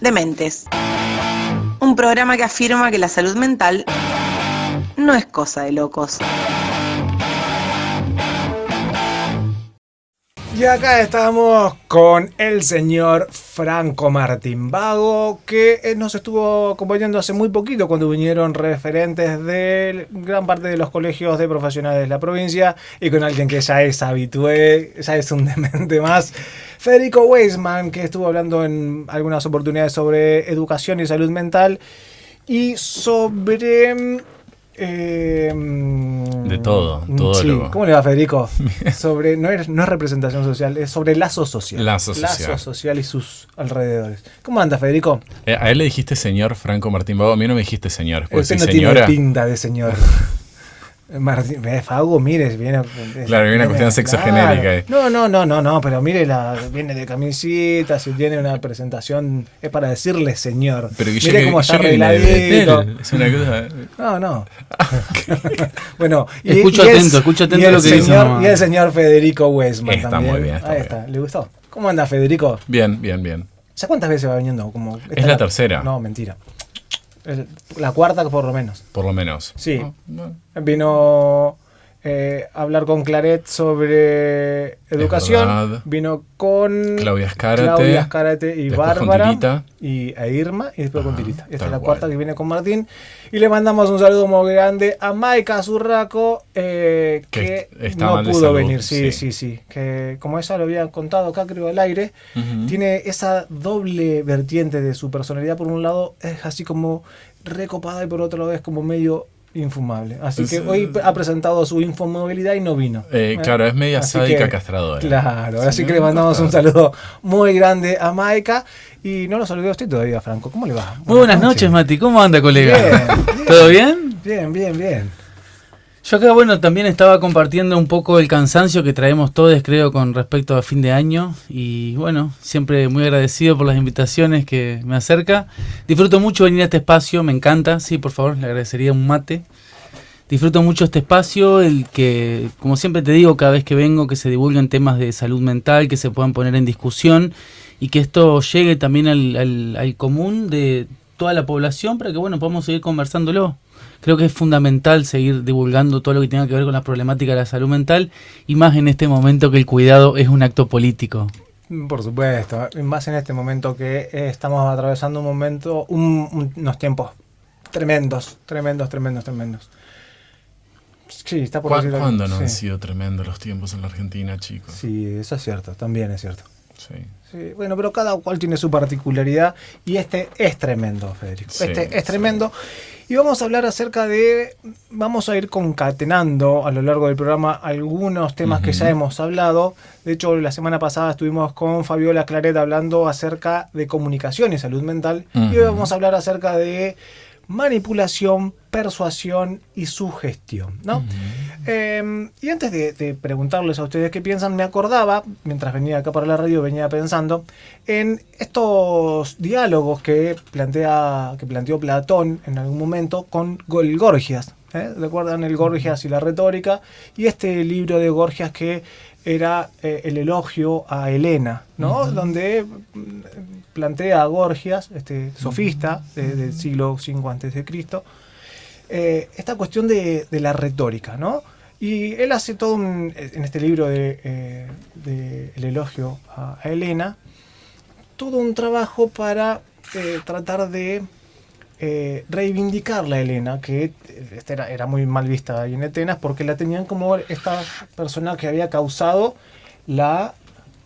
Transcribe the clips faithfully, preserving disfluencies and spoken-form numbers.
Dementes. Un programa que afirma que la salud mental no es cosa de locos. Y acá estamos con el señor Franco Martín Vago, que nos estuvo acompañando hace muy poquito cuando vinieron referentes de gran parte de los colegios de profesionales de la provincia, y con alguien que ya es habitué, ya es un demente más, Federico Weisman, que estuvo hablando en algunas oportunidades sobre educación y salud mental y sobre... Eh, de todo, todo sí. lo... ¿Cómo le va, Federico? Sobre, no, es, no es representación social, es sobre lazo social. Lazo social. Lazo social y sus alrededores. ¿Cómo anda, Federico? Eh, a él le dijiste señor Franco Martín Vago, a mí no me dijiste señor. Usted no señora... tiene pinta de señor. Martín, Fago, mire, viene... Claro, viene una cuestión sexogenérica. Claro. No, no, no, no, no, pero mire, la, viene de camisita, si tiene una presentación, es para decirle señor. Pero que mire yo cómo que, está yo arregladito. Es una cosa... No, no. Bueno, y, escucho y atento, es, escucho atento lo que señor, dice. Y el señor Federico Weisman está también. Muy bien, está Ahí muy está, bien. ¿Le gustó? ¿Cómo anda, Federico? Bien, bien, bien. ¿Ya cuántas veces va viniendo? Como es la, la tercera. No, mentira. La cuarta por lo menos. Por lo menos. Sí. No, no. Vino... Eh, hablar con Claret sobre educación, vino con Claudia Escárate, Claudia Escárate y Bárbara y a Irma y después ah, con Tirita. Esta es la cual. cuarta que viene con Martín y le mandamos un saludo muy grande a Maika Zurraco eh, que, que no pudo venir, sí, sí, sí, sí, que como ella lo había contado acá creo al aire, uh-huh. tiene esa doble vertiente de su personalidad. Por un lado es así como recopada y por otro lado es como medio infumable. Así que hoy ha presentado su infomovilidad y no vino. Eh, claro, es media así sádica que, castradora. Claro, sí, así que le mandamos un saludo muy grande a Maika. Y no lo saludé a usted todavía, Franco. ¿Cómo le va? Muy buenas noches, Mati. ¿Cómo anda, colega? Bien, bien. ¿Todo bien? Bien, bien, bien. Yo acá, bueno, también estaba compartiendo un poco el cansancio que traemos todos, creo, con respecto a fin de año. Y bueno, siempre muy agradecido por las invitaciones que me acerca. Disfruto mucho venir a este espacio, me encanta. Sí, por favor, le agradecería un mate. Disfruto mucho este espacio, el que, como siempre te digo, cada vez que vengo, que se divulguen temas de salud mental, que se puedan poner en discusión y que esto llegue también al, al, al común de toda la población para que, bueno, podamos seguir conversándolo. Creo que es fundamental seguir divulgando todo lo que tenga que ver con la problemática de la salud mental y más en este momento que el cuidado es un acto político. Por supuesto, más en este momento que estamos atravesando un momento, un, un, unos tiempos tremendos, tremendos, tremendos, tremendos. Sí, está por decirlo. ¿Cuándo no sí. han sido tremendos los tiempos en la Argentina, chicos? Sí, eso es cierto, también es cierto. Sí. Sí, bueno, pero cada cual tiene su particularidad y este es tremendo, Federico. Sí, este es tremendo. Sí. Y vamos a hablar acerca de, vamos a ir concatenando a lo largo del programa algunos temas uh-huh. que ya hemos hablado. De hecho, la semana pasada estuvimos con Fabiola Claret hablando acerca de comunicación y salud mental. Uh-huh. Y hoy vamos a hablar acerca de manipulación, persuasión y sugestión, ¿no? Uh-huh. Eh, y antes de, de preguntarles a ustedes qué piensan, me acordaba, mientras venía acá para la radio, venía pensando en estos diálogos que plantea, que planteó Platón en algún momento con el Gorgias. ¿eh? ¿Recuerdan el Gorgias y la retórica? Y este libro de Gorgias que era eh, el elogio a Helena, ¿no? Uh-huh. Donde plantea a Gorgias, este sofista uh-huh. de, del siglo cinco antes de Cristo, eh, esta cuestión de, de la retórica, ¿no? Y él hace todo un, en este libro de, eh, de el elogio a, a Helena, todo un trabajo para eh, tratar de eh, reivindicarla a Helena, que esta era, era muy mal vista ahí en Atenas, porque la tenían como esta persona que había causado la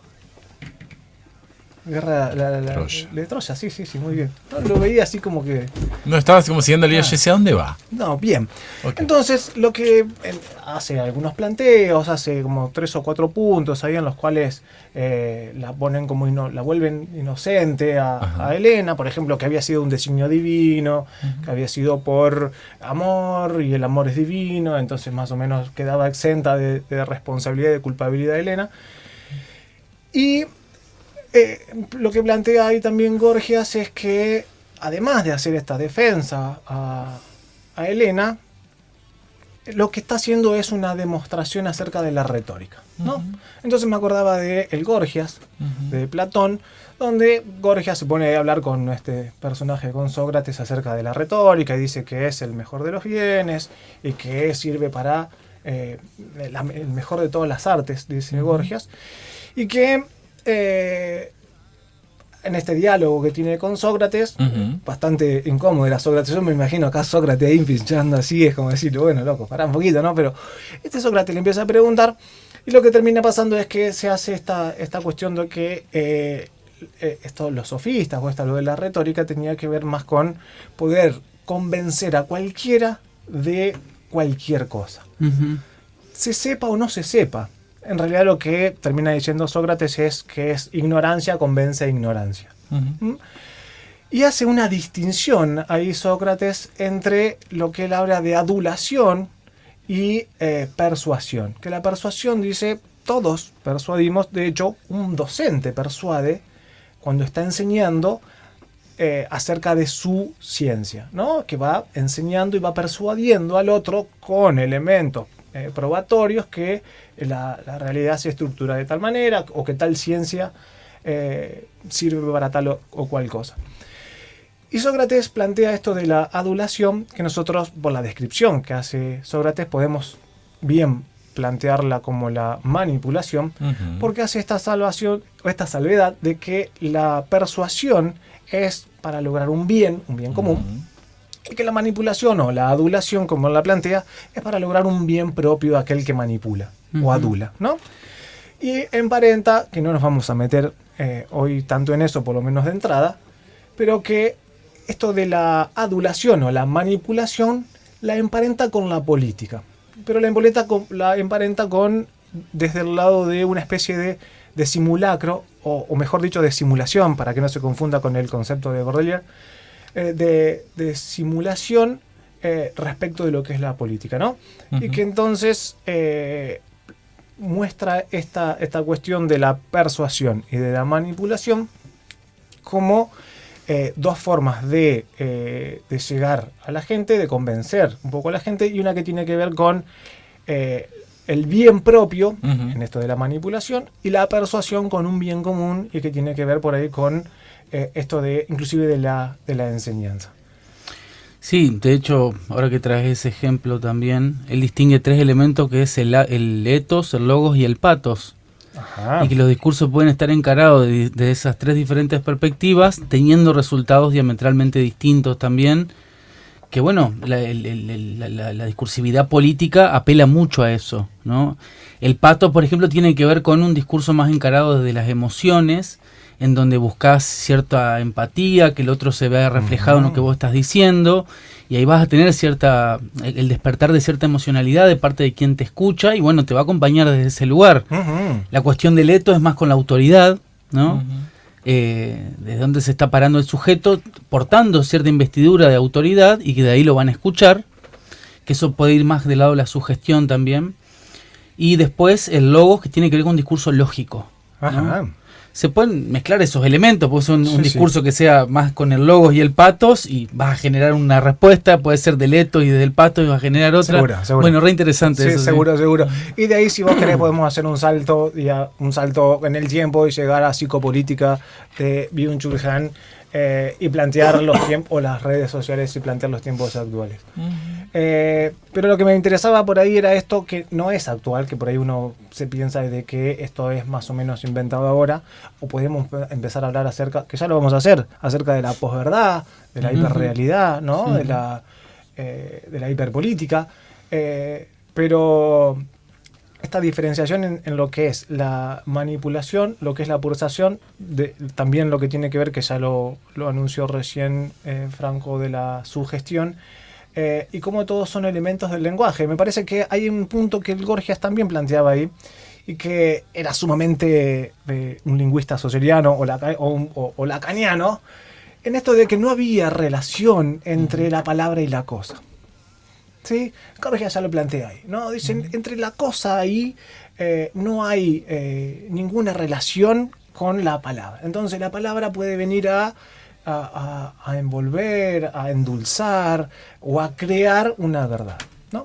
guerra la, la, la, Troya. de Troya, sí, sí, sí, muy bien. No, lo veía así como que... No, estabas como siguiendo el lío, yo sé a dónde va. No, bien. Okay. Entonces, lo que eh, hace algunos planteos, hace como tres o cuatro puntos ahí en los cuales eh, la ponen como ino, la vuelven inocente a, a Helena, por ejemplo, que había sido un designio divino, uh-huh. que había sido por amor y el amor es divino, entonces más o menos quedaba exenta de, de responsabilidad y de culpabilidad de Helena. Y Eh, lo que plantea ahí también Gorgias es que, además de hacer esta defensa a, a Helena, lo que está haciendo es una demostración acerca de la retórica, ¿no? Uh-huh. Entonces me acordaba de el Gorgias, uh-huh. de Platón, donde Gorgias se pone a hablar con este personaje, con Sócrates, acerca de la retórica, y dice que es el mejor de los bienes y que sirve para eh, la, el mejor de todas las artes, dice Gorgias, y que eh, en este diálogo que tiene con Sócrates, uh-huh. bastante incómodo era Sócrates. Yo me imagino acá Sócrates ahí pinchando así, es como decir, bueno, loco, pará un poquito, ¿no? Pero este Sócrates le empieza a preguntar, y lo que termina pasando es que se hace esta, esta cuestión de que eh, eh, esto, los sofistas, o esta lo de la retórica, tenía que ver más con poder convencer a cualquiera de cualquier cosa. Uh-huh. Se sepa o no se sepa. En realidad lo que termina diciendo Sócrates es que es ignorancia convence a ignorancia. Uh-huh. ¿Mm? Y hace una distinción ahí Sócrates entre lo que él habla de adulación y eh, persuasión. Que la persuasión, dice, todos persuadimos, de hecho un docente persuade cuando está enseñando eh, acerca de su ciencia, ¿no? Que va enseñando y va persuadiendo al otro con elementos eh, probatorios que La, la realidad se estructura de tal manera o que tal ciencia eh, sirve para tal o, o cual cosa. Y Sócrates plantea esto de la adulación, que nosotros, por la descripción que hace Sócrates, podemos bien plantearla como la manipulación, uh-huh. porque hace esta salvación o esta salvedad de que la persuasión es para lograr un bien, un bien común, uh-huh. y que la manipulación o la adulación, como la plantea, es para lograr un bien propio de aquel que manipula. Uh-huh. O adula, ¿no? Y emparenta, que no nos vamos a meter eh, hoy tanto en eso, por lo menos de entrada, pero que esto de la adulación o la manipulación la emparenta con la política, pero la emparenta con, la emparenta con desde el lado de una especie de, de simulacro, o, o mejor dicho, de simulación, para que no se confunda con el concepto de Baudelaire, eh, de, de simulación eh, respecto de lo que es la política, ¿no? Uh-huh. Y que entonces eh, muestra esta, esta cuestión de la persuasión y de la manipulación como eh, dos formas de, eh, de llegar a la gente, de convencer un poco a la gente, y una que tiene que ver con eh, el bien propio, uh-huh. en esto de la manipulación, y la persuasión con un bien común, y que tiene que ver por ahí con eh, esto de inclusive de la, de la enseñanza. Sí, de hecho, ahora que traes ese ejemplo también, él distingue tres elementos, que es el, el etos, el logos y el patos. Ajá. Y que los discursos pueden estar encarados de, de esas tres diferentes perspectivas, teniendo resultados diametralmente distintos también. Que bueno, la, el, el, la, la, la discursividad política apela mucho a eso, ¿no? El patos, por ejemplo, tiene que ver con un discurso más encarado desde las emociones, en donde buscas cierta empatía, que el otro se vea reflejado uh-huh. en lo que vos estás diciendo, y ahí vas a tener cierta el, el despertar de cierta emocionalidad de parte de quien te escucha, y bueno, te va a acompañar desde ese lugar. Uh-huh. La cuestión del etos es más con la autoridad, ¿no? Uh-huh. Eh, desde donde se está parando el sujeto, portando cierta investidura de autoridad, y que de ahí lo van a escuchar, que eso puede ir más del lado de la sugestión también. Y después el logos, que tiene que ver con un discurso lógico, ¿no? Ajá. Se pueden mezclar esos elementos, puede ser un, sí, un discurso sí. que sea más con el logos y el patos, y vas a generar una respuesta, puede ser del etos y del patos, y vas a generar otra. Seguro, seguro. Bueno, re interesante sí, eso. Seguro, sí. seguro. Y de ahí, si vos querés, podemos hacer un salto, ya, un salto en el tiempo y llegar a psicopolítica de Byung-Chul Han, eh, y plantear los tiempos, o las redes sociales, y plantear los tiempos actuales. Uh-huh. Eh, pero lo que me interesaba por ahí era esto, que no es actual, que por ahí uno se piensa de que esto es más o menos inventado ahora, o podemos empezar a hablar acerca, que ya lo vamos a hacer, acerca de la posverdad, de la uh-huh. hiperrealidad, ¿no? Sí. de, la, eh, de la hiperpolítica, eh, pero esta diferenciación en, en lo que es la manipulación, lo que es la pulsación, de, también lo que tiene que ver, que ya lo, lo anunció recién eh, Franco, de la sugestión, eh, y cómo todos son elementos del lenguaje. Me parece que hay un punto que el Gorgias también planteaba ahí, y que era sumamente eh, un lingüista socialiano o, la, o, un, o, o lacaniano, en esto de que no había relación entre la palabra y la cosa. ¿Sí? Gorgias ya lo plantea ahí, ¿no? Dicen, uh-huh. entre la cosa ahí eh, no hay eh, ninguna relación con la palabra. Entonces la palabra puede venir a, a, a, a envolver, a endulzar o a crear una verdad, ¿no?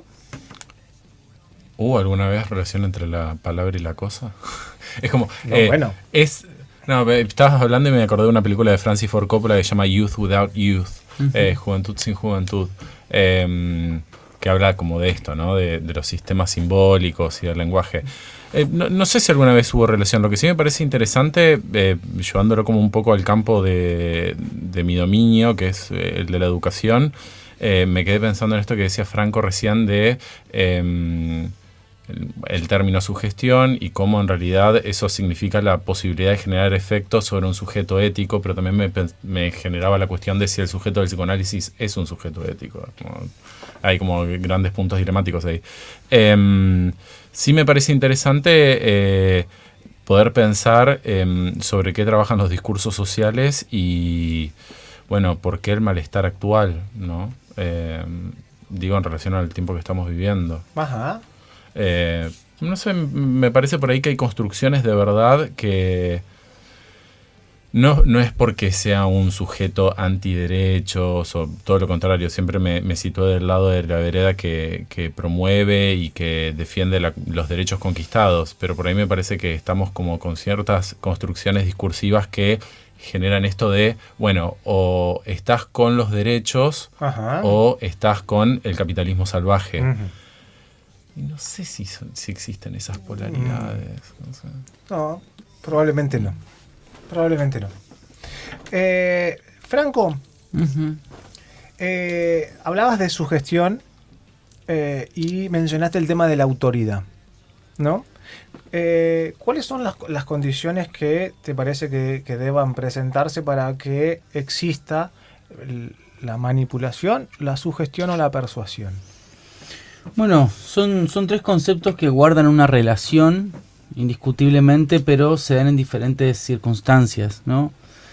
¿Hubo alguna vez relación entre la palabra y la cosa? Es como, no, eh, bueno. es No, estabas hablando y me acordé de una película de Francis Ford Coppola que se llama Youth Without Youth, uh-huh. eh, Juventud sin Juventud, eh, que habla como de esto, ¿no? De, de los sistemas simbólicos y del lenguaje. Eh, no, no sé si alguna vez hubo relación. Lo que sí me parece interesante, eh, llevándolo como un poco al campo de, de mi dominio, que es eh, el de la educación, eh, me quedé pensando en esto que decía Franco recién de... Eh, El, el término sugestión y cómo en realidad eso significa la posibilidad de generar efectos sobre un sujeto ético, pero también me, me generaba la cuestión de si el sujeto del psicoanálisis es un sujeto ético. Como, hay como grandes puntos dilemáticos ahí. Eh, sí me parece interesante eh, poder pensar eh, sobre qué trabajan los discursos sociales y, bueno, por qué el malestar actual, ¿no? Eh, digo, en relación al tiempo que estamos viviendo. Ajá. Eh, no sé, me parece por ahí que hay construcciones de verdad que no, no es porque sea un sujeto antiderechos o todo lo contrario, siempre me, me sitúo del lado de la vereda que, que promueve y que defiende la, los derechos conquistados, pero por ahí me parece que estamos como con ciertas construcciones discursivas que generan esto de, bueno, o estás con los derechos, ajá, o estás con el capitalismo salvaje. Uh-huh. Y no sé si, son, si existen esas polaridades. No sé. No, probablemente no. Probablemente no. Eh, Franco, uh-huh. eh, hablabas de sugestión eh, y mencionaste el tema de la autoridad, ¿no? Eh, ¿Cuáles son las, las condiciones que te parece que, que deban presentarse para que exista el, la manipulación, la sugestión o la persuasión? Bueno, son, son tres conceptos que guardan una relación, indiscutiblemente, pero se dan en diferentes circunstancias, ¿no?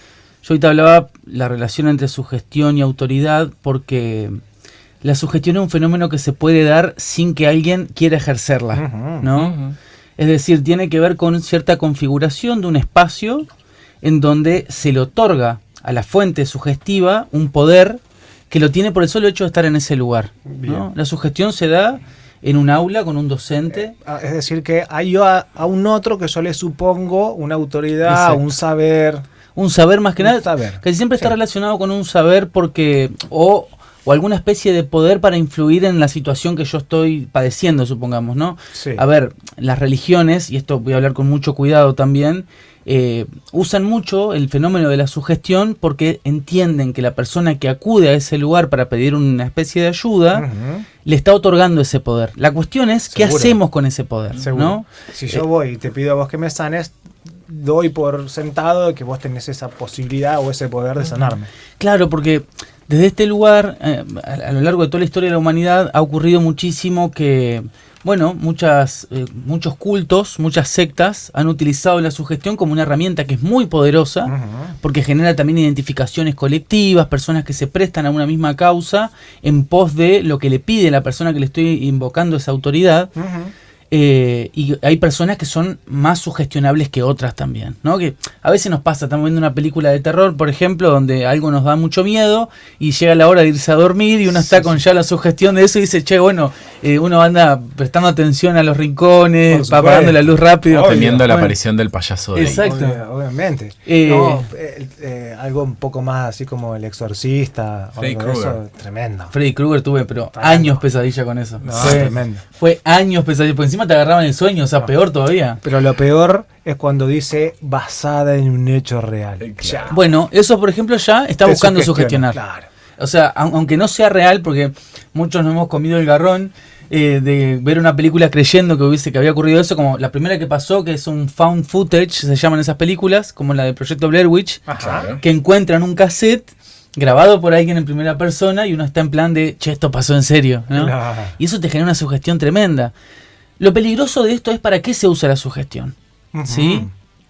Yo ahorita hablaba la relación entre sugestión y autoridad porque la sugestión es un fenómeno que se puede dar sin que alguien quiera ejercerla, uh-huh, ¿no? Uh-huh. Es decir, tiene que ver con cierta configuración de un espacio en donde se le otorga a la fuente sugestiva un poder que lo tiene por el solo hecho de estar en ese lugar, ¿no? La sugestión se da en un aula con un docente. Eh, es decir, que hay a, a un otro que yo le supongo una autoridad, exacto, un saber. Un saber más que un nada, saber. Que siempre está sí. relacionado con un saber porque o, o alguna especie de poder para influir en la situación que yo estoy padeciendo, supongamos, ¿no? Sí. A ver, las religiones, y esto voy a hablar con mucho cuidado también, Eh, usan mucho el fenómeno de la sugestión porque entienden que la persona que acude a ese lugar para pedir una especie de ayuda, uh-huh, le está otorgando ese poder. La cuestión es, ¿seguro?, ¿qué hacemos con ese poder? Seguro. ¿No? Si yo eh, voy y te pido a vos que me sanes, doy por sentado que vos tenés esa posibilidad o ese poder de sanarme. Claro, porque desde este lugar, eh, a, a lo largo de toda la historia de la humanidad, ha ocurrido muchísimo que... Bueno, muchas, eh, muchos cultos, muchas sectas han utilizado la sugestión como una herramienta que es muy poderosa, uh-huh, porque genera también identificaciones colectivas, personas que se prestan a una misma causa en pos de lo que le pide la persona que le estoy invocando esa autoridad. Uh-huh. Eh, y hay personas que son más sugestionables que otras también, ¿no? Que a veces nos pasa, estamos viendo una película de terror, por ejemplo, donde algo nos da mucho miedo y llega la hora de irse a dormir y uno está sí, con sí. ya la sugestión de eso y dice, che, bueno, eh, uno anda prestando atención a los rincones, apagando la luz rápido. Temiendo la bueno. aparición del payaso de Exacto. Ahí. Obviamente. Eh, no, eh, eh, algo un poco más así como El Exorcista. Freddy Krueger. Tremendo. Freddy Krueger tuve, pero tremendo. años pesadilla con eso. No, fue, tremendo. Fue años pesadilla, porque encima te agarraban el sueño, o sea, no. peor todavía. Pero lo peor es cuando dice basada en un hecho real. Claro. Bueno, eso por ejemplo ya está te buscando sugestionar. Claro. O sea, aunque no sea real, porque muchos nos hemos comido el garrón eh, de ver una película creyendo que hubiese que había ocurrido eso, como la primera que pasó, que es un found footage, se llaman esas películas, como la del Proyecto Blair Witch, ajá, que encuentran un cassette grabado por alguien en primera persona y uno está en plan de, che, esto pasó en serio, ¿no? No. Y eso te genera una sugestión tremenda. Lo peligroso de esto es para qué se usa la sugestión, uh-huh. ¿sí?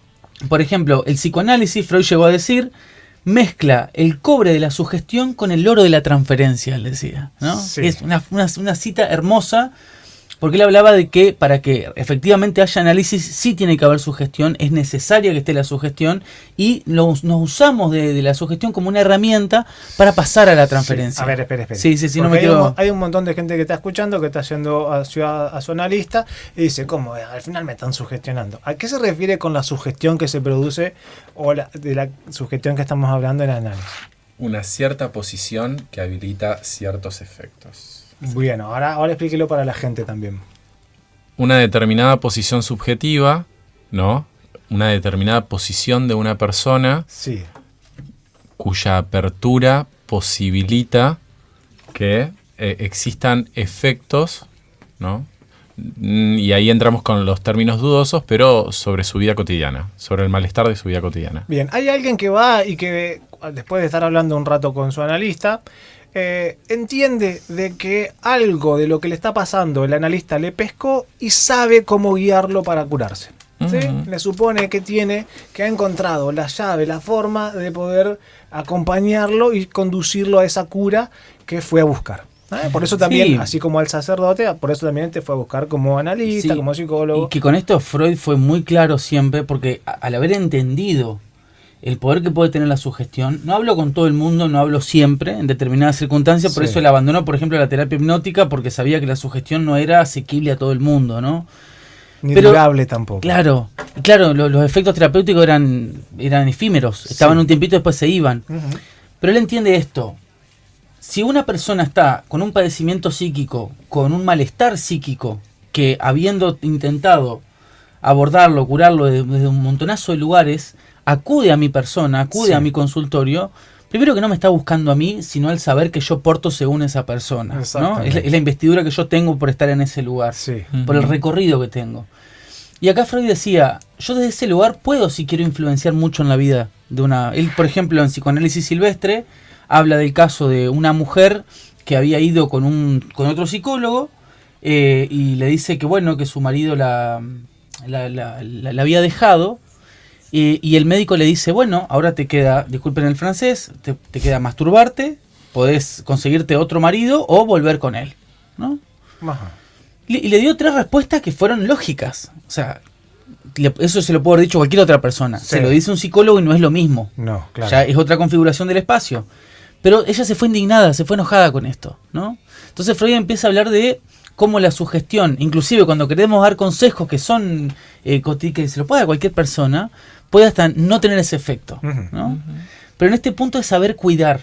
Por ejemplo, el psicoanálisis, Freud llegó a decir, mezcla el cobre de la sugestión con el oro de la transferencia, él decía, ¿no? Sí. Es una, una, una cita hermosa Porque él hablaba de que para que efectivamente haya análisis sí tiene que haber sugestión, es necesaria que esté la sugestión y nos, nos usamos de, de la sugestión como una herramienta para pasar a la transferencia. Sí. A ver, espera, espera. Sí, sí, sí, Porque no me hay, quiero... un, hay un montón de gente que está escuchando, que está yendo a, a, a su analista y dice, ¿cómo? Al final me están sugestionando. ¿A qué se refiere con la sugestión que se produce o la, de la sugestión que estamos hablando en el análisis? Una cierta posición que habilita ciertos efectos. Bueno, ahora, ahora explíquelo para la gente también. Una determinada posición subjetiva, ¿no? Una determinada posición de una persona, sí, cuya apertura posibilita que eh, existan efectos, ¿no? Y ahí entramos con los términos dudosos, pero sobre su vida cotidiana, sobre el malestar de su vida cotidiana. Bien, hay alguien que va y que después de estar hablando un rato con su analista, Eh, entiende de que algo de lo que le está pasando el analista le pescó y sabe cómo guiarlo para curarse. ¿Sí? Uh-huh. Le supone que tiene, que ha encontrado la llave, la forma de poder acompañarlo y conducirlo a esa cura que fue a buscar. ¿Eh? Por eso también, sí. así como al sacerdote, por eso también te fue a buscar como analista, sí. como psicólogo. Y que con esto Freud fue muy claro siempre, porque al haber entendido el poder que puede tener la sugestión, no hablo con todo el mundo, no hablo siempre, en determinadas circunstancias, por sí. eso él abandonó, por ejemplo, la terapia hipnótica, porque sabía que la sugestión no era asequible a todo el mundo, ¿no? Ni Pero, durable tampoco. Claro, claro, lo, los efectos terapéuticos eran, eran efímeros, estaban sí. un tiempito y después se iban. Uh-huh. Pero él entiende esto. Si una persona está con un padecimiento psíquico, con un malestar psíquico, que habiendo intentado abordarlo, curarlo desde, desde un montonazo de lugares, acude a mi persona, acude sí. a mi consultorio, primero que no me está buscando a mí, sino el saber que yo porto según esa persona, ¿no? Es la, es la investidura que yo tengo por estar en ese lugar, sí. uh-huh. por el recorrido que tengo. Y acá Freud decía, yo desde ese lugar puedo, si quiero, influenciar mucho en la vida de una... Él, por ejemplo, en Psicoanálisis Silvestre, habla del caso de una mujer que había ido con, un, con otro psicólogo eh, y le dice que, bueno, que su marido la, la, la, la, la había dejado. Y, y el médico le dice, bueno, ahora te queda, disculpen el francés, te, te queda masturbarte, podés conseguirte otro marido o volver con él, ¿no? Ajá. Y, y le dio tres respuestas que fueron lógicas. O sea, le, eso se lo puede haber dicho cualquier otra persona. Sí. Se lo dice un psicólogo y no es lo mismo. No, claro. Ya es otra configuración del espacio. Pero ella se fue indignada, se fue enojada con esto, ¿no? Entonces Freud empieza a hablar de cómo la sugestión, inclusive cuando queremos dar consejos que son, eh, que se lo puede dar a cualquier persona, puede hasta no tener ese efecto, ¿no? Uh-huh. Pero en este punto es saber cuidar.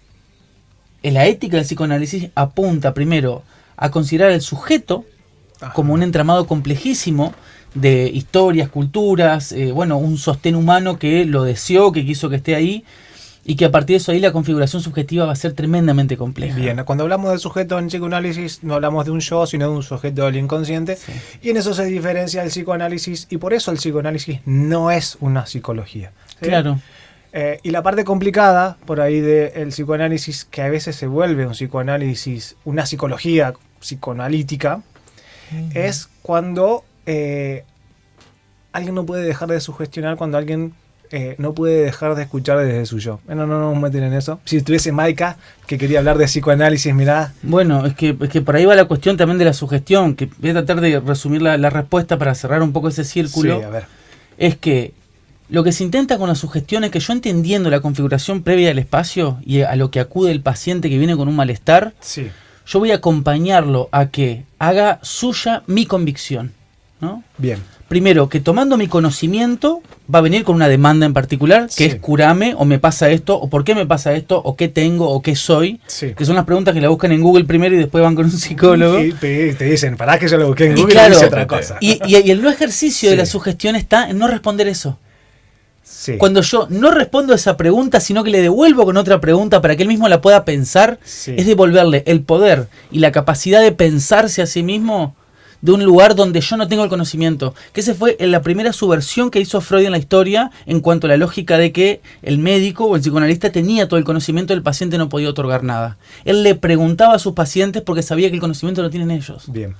En la ética del psicoanálisis apunta primero a considerar al sujeto Ajá. como un entramado complejísimo de historias, culturas, eh, bueno, un sostén humano que lo deseó, que quiso que esté ahí, y que a partir de eso ahí la configuración subjetiva va a ser tremendamente compleja. Bien, cuando hablamos de sujeto en psicoanálisis no hablamos de un yo, sino de un sujeto del inconsciente, sí. y en eso se diferencia el psicoanálisis, y por eso el psicoanálisis no es una psicología. ¿Sí? Claro. Eh, y la parte complicada por ahí del psicoanálisis, que a veces se vuelve un psicoanálisis, una psicología psicoanalítica, uh-huh. es cuando eh, alguien no puede dejar de sugestionar, cuando alguien Eh, no puede dejar de escuchar desde su yo. Bueno, no nos meten en eso. Si estuviese Maika, que quería hablar de psicoanálisis, mirá. Bueno, es que, es que por ahí va la cuestión también de la sugestión, que voy a tratar de resumir la, la respuesta para cerrar un poco ese círculo. Sí, a ver. Es que lo que se intenta con la sugestión es que yo, entendiendo la configuración previa del espacio y a lo que acude el paciente que viene con un malestar, sí. yo voy a acompañarlo a que haga suya mi convicción, ¿no? Bien. Primero, que tomando mi conocimiento va a venir con una demanda en particular, que sí. es curame, o me pasa esto, o por qué me pasa esto, o qué tengo, o qué soy, sí. que son las preguntas que la buscan en Google primero y después van con un psicólogo. Y te, te dicen, pará que yo lo busqué en y Google claro, y dice otra cosa. Y, y, y el no ejercicio sí. de la sugestión está en no responder eso. Sí. Cuando yo no respondo a esa pregunta, sino que le devuelvo con otra pregunta para que él mismo la pueda pensar, sí. es devolverle el poder y la capacidad de pensarse a sí mismo de un lugar donde yo no tengo el conocimiento. Que esa fue la primera subversión que hizo Freud en la historia en cuanto a la lógica de que el médico o el psicoanalista tenía todo el conocimiento, el paciente no podía otorgar nada. Él le preguntaba a sus pacientes porque sabía que el conocimiento lo tienen ellos. Bien.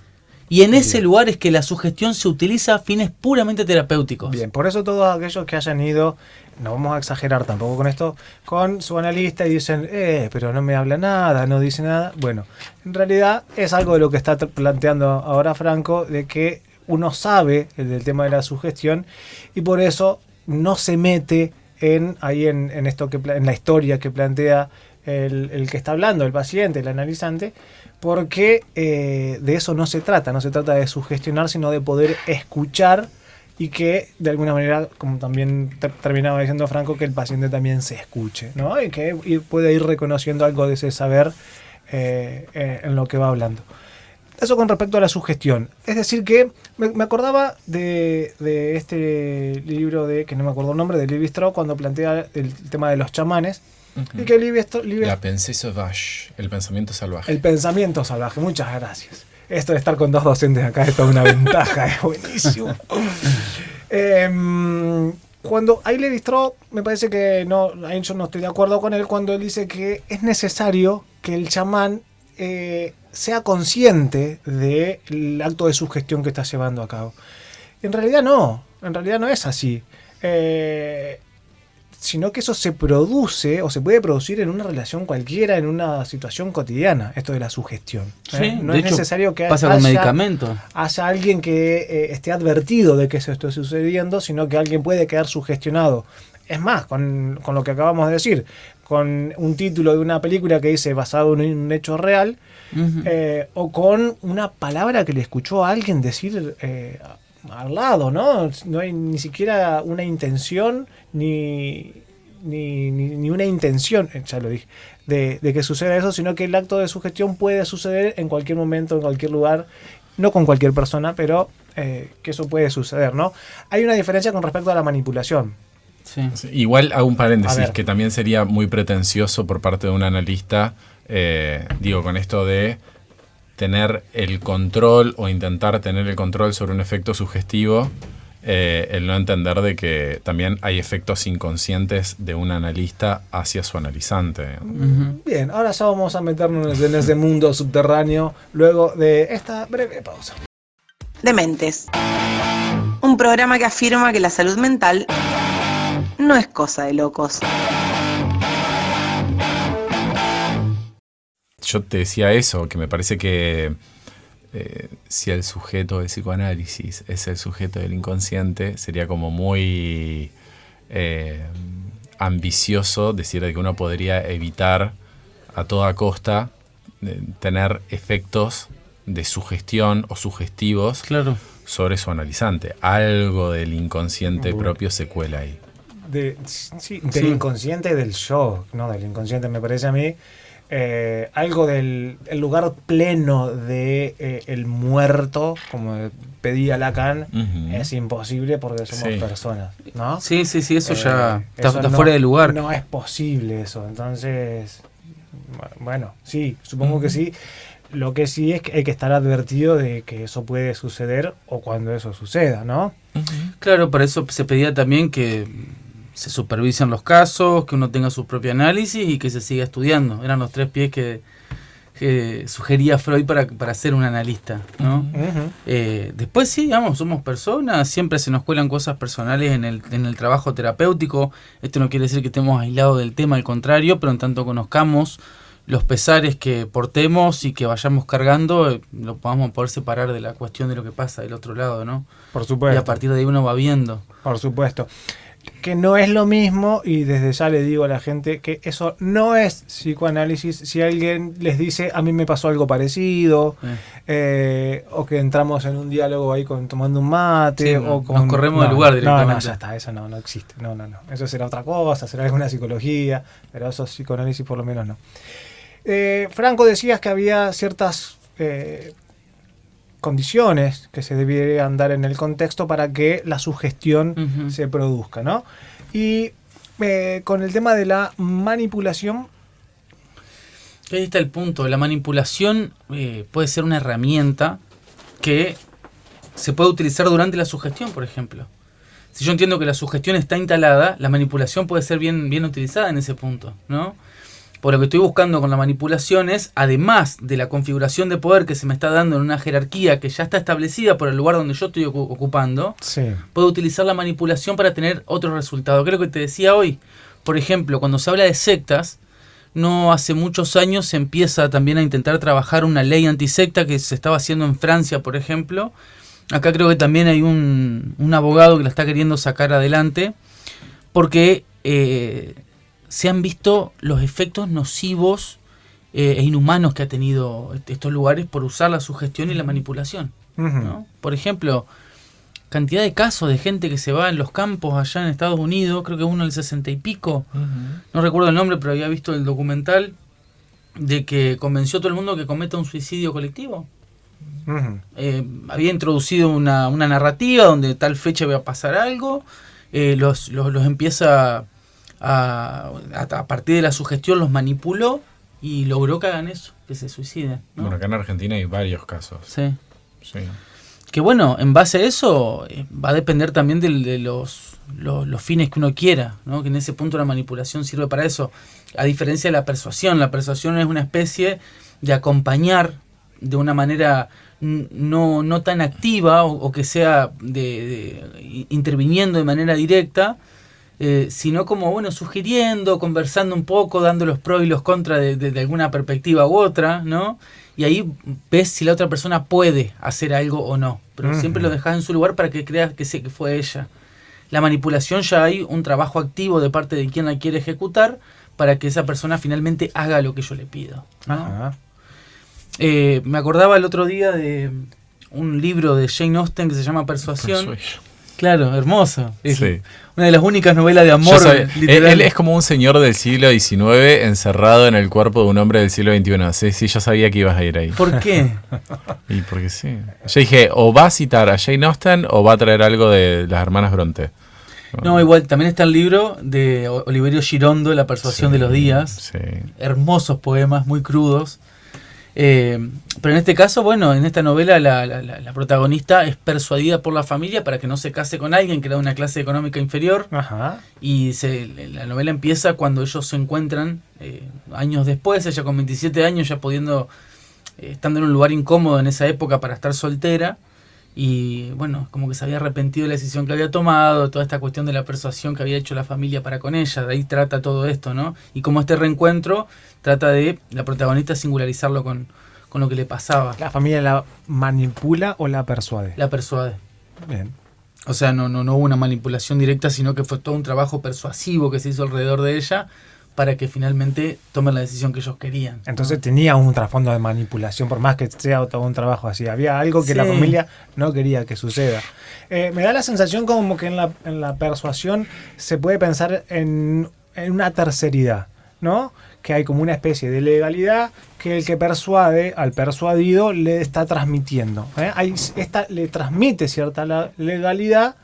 Y en ese lugar es que la sugestión se utiliza a fines puramente terapéuticos. Bien, por eso todos aquellos que hayan ido, no vamos a exagerar tampoco con esto, con su analista y dicen, eh, pero no me habla nada, no dice nada. Bueno, en realidad es algo de lo que está planteando ahora Franco, de que uno sabe del tema de la sugestión y por eso no se mete en ahí en, en esto que en la historia que plantea el, el que está hablando, el paciente, el analizante, porque eh, de eso no se trata, no se trata de sugestionar, sino de poder escuchar y que de alguna manera, como también ter- terminaba diciendo Franco, que el paciente también se escuche, ¿no? Y que y puede ir reconociendo algo de ese saber eh, eh, en lo que va hablando. Eso con respecto a la sugestión. Es decir que me, me acordaba de, de este libro de, que no me acuerdo el nombre, de Levi Strauss, cuando plantea el tema de los chamanes. Uh-huh. Y que Levi Strauss, Levi La pensée sauvage, el pensamiento salvaje. El pensamiento salvaje, muchas gracias. Esto de estar con dos docentes acá es toda una ventaja, es buenísimo. eh, cuando hay Levi Strauss, me parece que no, ahí yo no estoy de acuerdo con él, cuando él dice que es necesario que el chamán eh, sea consciente del acto de sugestión que está llevando a cabo. En realidad no, en realidad no es así. Eh, sino que eso se produce o se puede producir en una relación cualquiera, en una situación cotidiana, esto de la sugestión. ¿eh? Sí, no de es hecho, necesario que pasa haya, con medicamentos. haya alguien que eh, esté advertido de que eso esté sucediendo, sino que alguien puede quedar sugestionado. Es más, con, con lo que acabamos de decir, con un título de una película que dice basado en un hecho real, uh-huh. eh, o con una palabra que le escuchó a alguien decir eh, al lado, ¿no? No hay ni siquiera una intención ni, ni, ni, ni una intención, ya lo dije, de, de que suceda eso, sino que el acto de sugestión puede suceder en cualquier momento, en cualquier lugar, no con cualquier persona, pero eh, que eso puede suceder, ¿no? Hay una diferencia con respecto a la manipulación. Sí. Sí, igual hago un paréntesis, que también sería muy pretencioso por parte de un analista, eh, digo, con esto de tener el control o intentar tener el control sobre un efecto sugestivo, eh, el no entender de que también hay efectos inconscientes de un analista hacia su analizante. Uh-huh. Bien, ahora ya vamos a meternos en ese mundo subterráneo luego de esta breve pausa. Dementes. Un programa que afirma que la salud mental no es cosa de locos. Yo te decía eso, que me parece que eh, si el sujeto del psicoanálisis es el sujeto del inconsciente, sería como muy eh, ambicioso decir de que uno podría evitar a toda costa eh, tener efectos de sugestión o sugestivos, claro, sobre su analizante. Algo del inconsciente bueno. propio se cuela ahí. De, sí, del sí. inconsciente del yo, no del inconsciente, me parece a mí. Eh, algo del el lugar pleno de eh, el muerto, como pedía Lacan, uh-huh. es imposible porque somos sí. personas, ¿no? Sí, sí, sí, eso eh, ya está, eso está no, fuera de lugar. No es posible eso, entonces, bueno, sí, supongo uh-huh. que sí. Lo que sí es que hay que estar advertido de que eso puede suceder o cuando eso suceda, ¿no? Uh-huh. Claro, para eso se pedía también que se supervisen los casos, que uno tenga su propio análisis y que se siga estudiando. Eran los tres pies que, que sugería Freud para, para ser un analista, ¿no? Uh-huh. Eh, después sí, digamos, somos personas, siempre se nos cuelan cosas personales en el, en el trabajo terapéutico. Esto no quiere decir que estemos aislados del tema, al contrario, pero en tanto conozcamos los pesares que portemos y que vayamos cargando, eh, lo podamos poder separar de la cuestión de lo que pasa del otro lado, ¿no? Por supuesto. Y a partir de ahí uno va viendo. Por supuesto. Que no es lo mismo, y desde ya le digo a la gente que eso no es psicoanálisis. Si alguien les dice, a mí me pasó algo parecido, eh. Eh, o que entramos en un diálogo ahí con, tomando un mate, sí, o con, nos corremos no, del lugar directamente. No, no, ya está, eso no, no existe. No, no, no. Eso será otra cosa, será alguna psicología, pero eso psicoanálisis por lo menos no. Eh, Franco, decías que había ciertas eh, condiciones que se debieran dar en el contexto para que la sugestión uh-huh. se produzca, ¿no? Y eh, con el tema de la manipulación... Ahí está el punto. La manipulación eh, puede ser una herramienta que se puede utilizar durante la sugestión, por ejemplo. Si yo entiendo que la sugestión está instalada, la manipulación puede ser bien, bien utilizada en ese punto, ¿no? Por lo que estoy buscando con la manipulación es, además de la configuración de poder que se me está dando en una jerarquía que ya está establecida por el lugar donde yo estoy ocupando, sí. puedo utilizar la manipulación para tener otro resultado. Creo que te decía hoy, por ejemplo, cuando se habla de sectas, no hace muchos años se empieza también a intentar trabajar una ley antisecta que se estaba haciendo en Francia, por ejemplo. Acá creo que también hay un, un abogado que la está queriendo sacar adelante, porque eh, se han visto los efectos nocivos eh, e inhumanos que ha tenido estos lugares por usar la sugestión y la manipulación, Uh-huh. ¿no? Por ejemplo, cantidad de casos de gente que se va en los campos allá en Estados Unidos, creo que uno del sesenta y pico, uh-huh. no recuerdo el nombre, pero había visto el documental, de que convenció a todo el mundo que cometa un suicidio colectivo. Uh-huh. Eh, había introducido una, una narrativa donde tal fecha iba a pasar algo, eh, los, los, los empieza a, a, a partir de la sugestión los manipuló y logró que hagan eso, que se suiciden, ¿no? Bueno, acá en Argentina hay varios casos. Sí. Sí. Que bueno, en base a eso eh, va a depender también de, de los, los, los fines que uno quiera, ¿no? Que en ese punto la manipulación sirve para eso. A diferencia de la persuasión, la persuasión es una especie de acompañar de una manera no, no tan activa o, o que sea de, de, interviniendo de manera directa, eh, sino como bueno sugiriendo, conversando un poco, dando los pros y los contras de, de, de alguna perspectiva u otra, ¿no? Y ahí ves si la otra persona puede hacer algo o no. Pero uh-huh. siempre lo dejas en su lugar para que creas que, sé que fue ella. La manipulación ya hay un trabajo activo de parte de quien la quiere ejecutar para que esa persona finalmente haga lo que yo le pido, ¿no? Uh-huh. Eh, me acordaba el otro día de un libro de Jane Austen que se llama Persuasión. Persuasion. Claro, hermoso. Es sí. Una de las únicas novelas de amor. Él, él es como un señor del siglo diecinueve encerrado en el cuerpo de un hombre del siglo veintiuno. Sí, sí, yo sabía que ibas a ir ahí. ¿Por qué? Y porque sí. Yo dije, o va a citar a Jane Austen o va a traer algo de las hermanas Bronte. No, igual, también está el libro de Oliverio Girondo, La persuasión sí, de los días. Sí. Hermosos poemas, muy crudos. Eh, pero en este caso, bueno, en esta novela la, la, la protagonista es persuadida por la familia para que no se case con alguien que era de una clase económica inferior. Ajá. Y se, la novela empieza cuando ellos se encuentran eh, años después, ella con veintisiete años ya pudiendo, eh, estando en un lugar incómodo en esa época para estar soltera. Y bueno, como que se había arrepentido de la decisión que había tomado, toda esta cuestión de la persuasión que había hecho la familia para con ella, de ahí trata todo esto, ¿no? Y como este reencuentro trata de la protagonista singularizarlo con, con lo que le pasaba. ¿La familia la manipula o la persuade? La persuade. Bien. O sea, no, no, no hubo una manipulación directa, sino que fue todo un trabajo persuasivo que se hizo alrededor de ella para que finalmente tomen la decisión que ellos querían, ¿no? Entonces tenía un trasfondo de manipulación, por más que sea todo un trabajo así. Había algo que sí. La familia no quería que suceda. Eh, me da la sensación como que en la, en la persuasión se puede pensar en, en una terceridad, ¿no? Que hay como una especie de legalidad que el que persuade al persuadido le está transmitiendo, ¿eh? Hay, esta le transmite cierta la legalidad,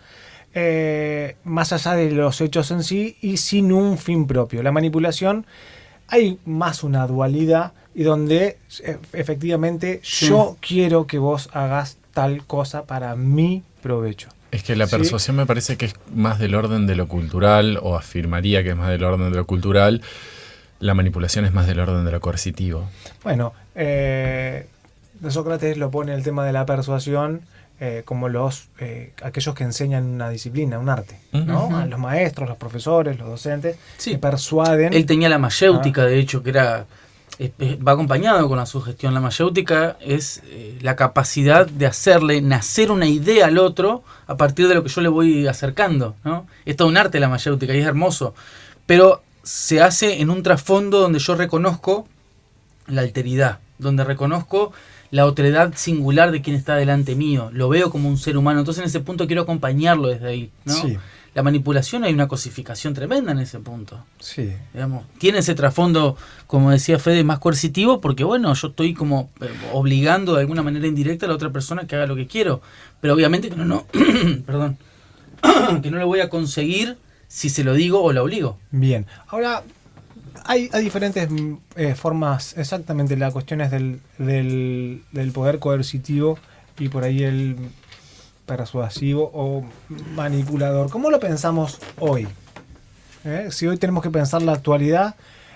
Eh, más allá de los hechos en sí y sin un fin propio. La manipulación, hay más una dualidad y donde eh, efectivamente sí. Yo quiero que vos hagas tal cosa para mi provecho. Es que la persuasión ¿sí? Me parece que es más del orden de lo cultural, o afirmaría que es más del orden de lo cultural. La manipulación es más del orden de lo coercitivo. Bueno, eh, Sócrates lo pone el tema de la persuasión Eh, como los eh, aquellos que enseñan una disciplina, un arte, ¿no? Uh-huh. A los maestros, los profesores, los docentes, sí. Que persuaden. Él tenía la mayéutica, ah. de hecho, que era eh, va acompañado con la sugestión. La mayéutica es eh, la capacidad de hacerle nacer una idea al otro a partir de lo que yo le voy acercando, ¿no? Es todo un arte la mayéutica y es hermoso, pero se hace en un trasfondo donde yo reconozco la alteridad, donde reconozco la otredad singular de quien está delante mío, lo veo como un ser humano, entonces en ese punto quiero acompañarlo desde ahí, ¿no? Sí. La manipulación, hay una cosificación tremenda en ese punto. Sí. Digamos, tiene ese trasfondo, como decía Fede, más coercitivo, porque bueno, yo estoy como obligando de alguna manera indirecta a la otra persona que haga lo que quiero, pero obviamente que no, no perdón, que no lo voy a conseguir si se lo digo o la obligo. Bien, ahora Hay, hay diferentes eh, formas, exactamente, la cuestión es del, del, del poder coercitivo y por ahí el persuasivo o manipulador. ¿Cómo lo pensamos hoy? ¿Eh? Si hoy tenemos que pensar la actualidad,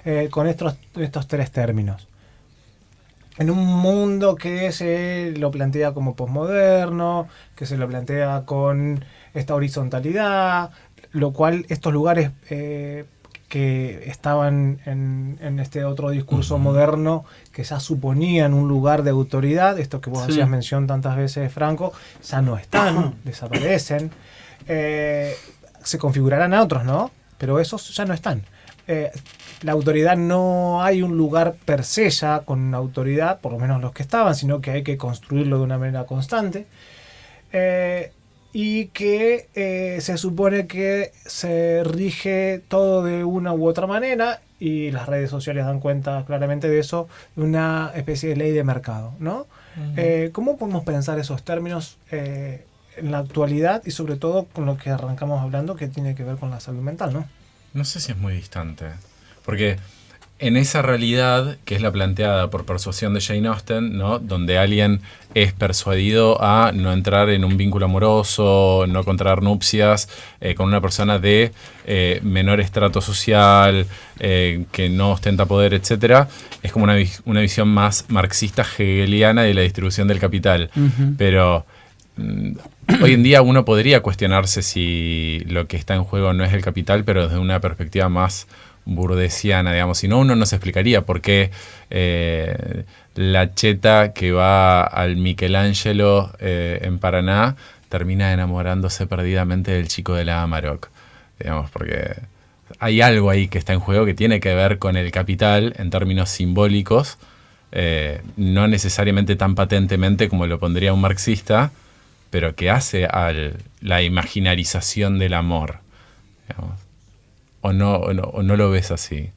eh, con estos, estos tres términos. En un mundo que se lo plantea como posmoderno, que se lo plantea con esta horizontalidad, lo cual estos lugares eh, que estaban en, en este otro discurso uh-huh. moderno, que ya suponían un lugar de autoridad, esto que vos sí. hacías mención tantas veces, Franco, ya no están, uh-huh. desaparecen, eh, se configurarán a otros, ¿no? Pero esos ya no están. Eh, la autoridad no hay un lugar per se ya con autoridad, por lo menos los que estaban, sino que hay que construirlo de una manera constante. Eh, y que eh, se supone que se rige todo de una u otra manera, y las redes sociales dan cuenta claramente de eso, de una especie de ley de mercado, ¿no? Uh-huh. Eh, ¿Cómo podemos pensar esos términos eh, en la actualidad y sobre todo con lo que arrancamos hablando, que tiene que ver con la salud mental, ¿no? No sé si es muy distante, porque en esa realidad, que es la planteada por Persuasión de Jane Austen, ¿no? Donde alguien es persuadido a no entrar en un vínculo amoroso, no contraer nupcias eh, con una persona de eh, menor estrato social, eh, que no ostenta poder, etcétera, es como una, una visión más marxista hegeliana de la distribución del capital. Uh-huh. Pero mm, hoy en día uno podría cuestionarse si lo que está en juego no es el capital, pero desde una perspectiva más burdesiana, digamos. Si no, uno no se explicaría por qué eh, la cheta que va al Michelangelo eh, en Paraná termina enamorándose perdidamente del chico de la Amarok. Digamos, porque hay algo ahí que está en juego que tiene que ver con el capital en términos simbólicos, eh, no necesariamente tan patentemente como lo pondría un marxista, pero que hace a la imaginarización del amor, digamos. O no, o, no, o no lo ves así.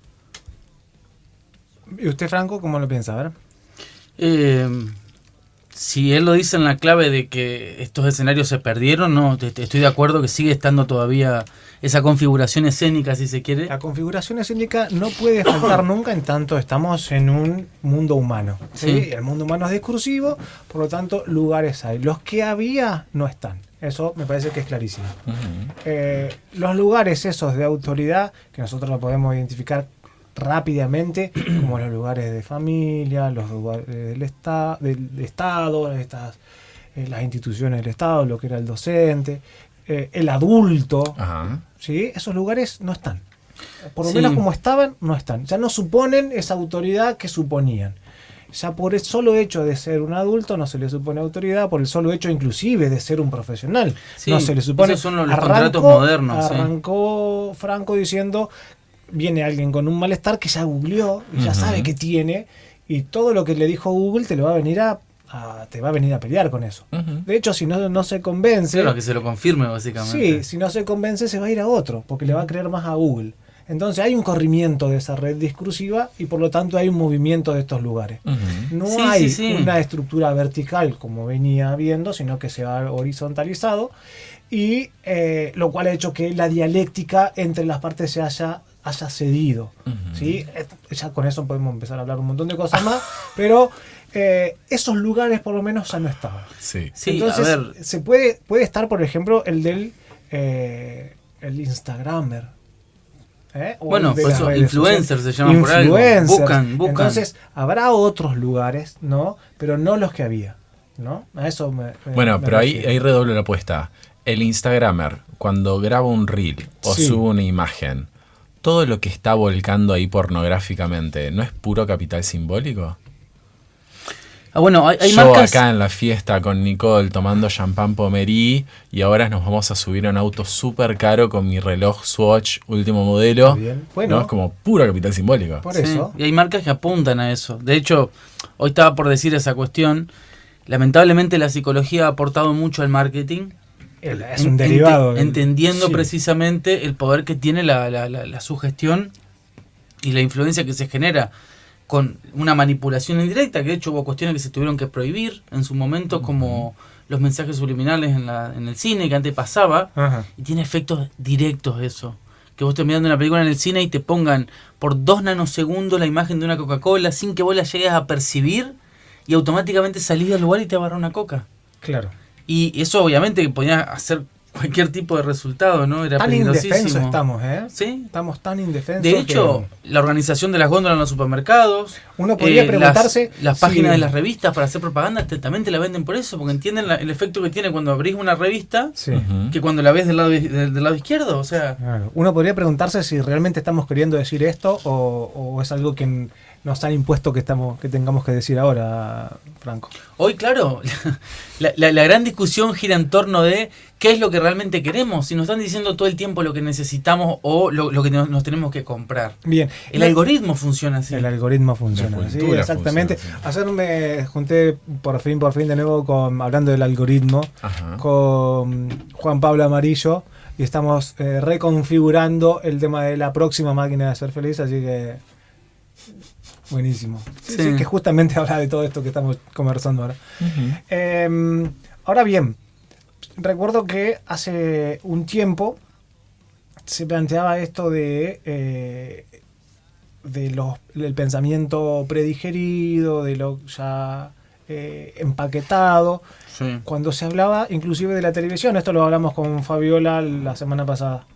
¿Y usted, Franco, cómo lo piensa? A ver. Eh, si él lo dice en la clave de que estos escenarios se perdieron, no, te, te estoy de acuerdo que sigue estando todavía esa configuración escénica, si se quiere. La configuración escénica no puede faltar nunca, en tanto estamos en un mundo humano. ¿sí? Sí. El mundo humano es discursivo, por lo tanto, lugares hay. Los que había no están. Eso me parece que es clarísimo. Uh-huh. Eh, los lugares esos de autoridad, que nosotros lo podemos identificar rápidamente, como los lugares de familia, los lugares del, esta, del Estado, estas, eh, las instituciones del Estado, lo que era el docente, eh, el adulto, uh-huh. ¿sí? Esos lugares no están. Por lo sí. menos como estaban, no están. Ya no suponen esa autoridad que suponían. Ya por el solo hecho de ser un adulto no se le supone autoridad, por el solo hecho inclusive de ser un profesional. Sí, no se le supone. Esos son los, los arrancó, contratos modernos. Arrancó sí. Franco diciendo, viene alguien con un malestar que ya googleó, y ya uh-huh. sabe que tiene, y todo lo que le dijo Google te lo va a venir a, a te va a venir a pelear con eso. Uh-huh. De hecho, si no, no se convence... Claro, que se lo confirme básicamente. Sí, si no se convence se va a ir a otro, porque uh-huh. le va a creer más a Google. Entonces hay un corrimiento de esa red discursiva y por lo tanto hay un movimiento de estos lugares. Uh-huh. No sí, hay sí, sí. una estructura vertical como venía viendo, sino que se ha horizontalizado, y eh, lo cual ha hecho que la dialéctica entre las partes se haya, haya cedido. Uh-huh. ¿sí? Ya con eso podemos empezar a hablar un montón de cosas más, pero eh, esos lugares por lo menos ya no estaban. Sí. Sí, Entonces a ver. se puede, puede estar, por ejemplo, el del eh, el Instagramer. ¿Eh? Bueno, por eso influencers se llaman por algo. Buscan, buscan. Entonces, habrá otros lugares, ¿no? Pero no los que había, ¿no? A eso me, me Bueno, me pero ahí, ahí redoblo la apuesta. El Instagramer, cuando graba un reel o sí. sube una imagen, todo lo que está volcando ahí pornográficamente, ¿no es puro capital simbólico? Ah, bueno, hay, hay Yo marcas... acá en la fiesta con Nicole tomando champán Pommery y ahora nos vamos a subir a un auto súper caro con mi reloj Swatch último modelo. Bueno, ¿no? Es como puro capital simbólico. Por sí. eso. Y hay marcas que apuntan a eso. De hecho, hoy estaba por decir esa cuestión. Lamentablemente la psicología ha aportado mucho al marketing. Es un derivado. Ent- entendiendo sí. precisamente el poder que tiene la, la, la, la sugestión y la influencia que se genera con una manipulación indirecta, que de hecho hubo cuestiones que se tuvieron que prohibir en su momento, uh-huh. como los mensajes subliminales en, la, en el cine, que antes pasaba, uh-huh. y tiene efectos directos eso. Que vos estés mirando una película en el cine y te pongan por dos nanosegundos la imagen de una Coca-Cola sin que vos la llegues a percibir, y automáticamente salís del lugar y te agarra una coca. Claro. Y eso obviamente podía hacer cualquier tipo de resultado, ¿no? Era tan peligrosísimo. indefensos estamos, ¿eh? Sí. Estamos tan indefensos. De hecho, que la organización de las góndolas en los supermercados, uno podría eh, preguntarse las, las si- páginas de las revistas para hacer propaganda te- también te la venden por eso, porque entienden la- el efecto que tiene cuando abrís una revista Sí. Ujú. que cuando la ves del lado, del, del lado izquierdo, o sea... Claro. Uno podría preguntarse si realmente estamos queriendo decir esto o, o es algo que n- nos han impuesto que estamos que tengamos que decir ahora, Franco. Hoy, claro, la, la, la gran discusión gira en torno de qué es lo que realmente queremos, si nos están diciendo todo el tiempo lo que necesitamos o lo, lo que nos, nos tenemos que comprar. Bien. El No- algoritmo funciona así. El algoritmo funciona, La sí, cultura exactamente. funciona así. Ayer me junté por fin, por fin de nuevo con hablando del algoritmo Ajá. con Juan Pablo Amarillo y estamos eh, reconfigurando el tema de la próxima máquina de ser feliz, así que buenísimo. Sí, Sí. sí, que justamente habla de todo esto que estamos conversando ahora. Ujú. Eh, ahora bien, recuerdo que hace un tiempo se planteaba esto de, eh, de los, del pensamiento predigerido, de lo ya eh, empaquetado, Sí. cuando se hablaba inclusive de la televisión. Esto lo hablamos con Fabiola la semana pasada.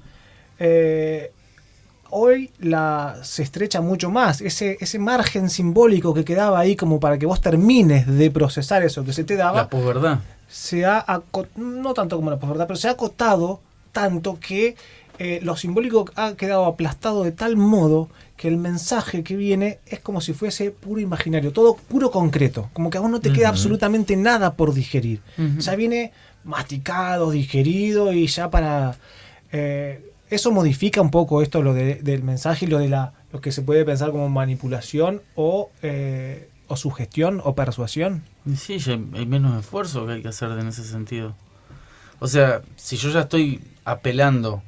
Eh, hoy la, se estrecha mucho más. Ese, ese margen simbólico que quedaba ahí como para que vos termines de procesar eso que se te daba, La posverdad. se ha aco- no tanto como la posverdad, pero se ha acotado tanto que eh, lo simbólico ha quedado aplastado de tal modo que el mensaje que viene es como si fuese puro imaginario, todo puro concreto, como que a vos no te queda Ujú. absolutamente nada por digerir. Ujú. Ya viene masticado, digerido y ya para... eh, eso modifica un poco esto, lo de- del mensaje y lo de la lo que se puede pensar como manipulación o, eh, o sugestión o persuasión. Y sí, ya hay hay menos esfuerzo que hay que hacer en ese sentido. O sea, si yo ya estoy apelando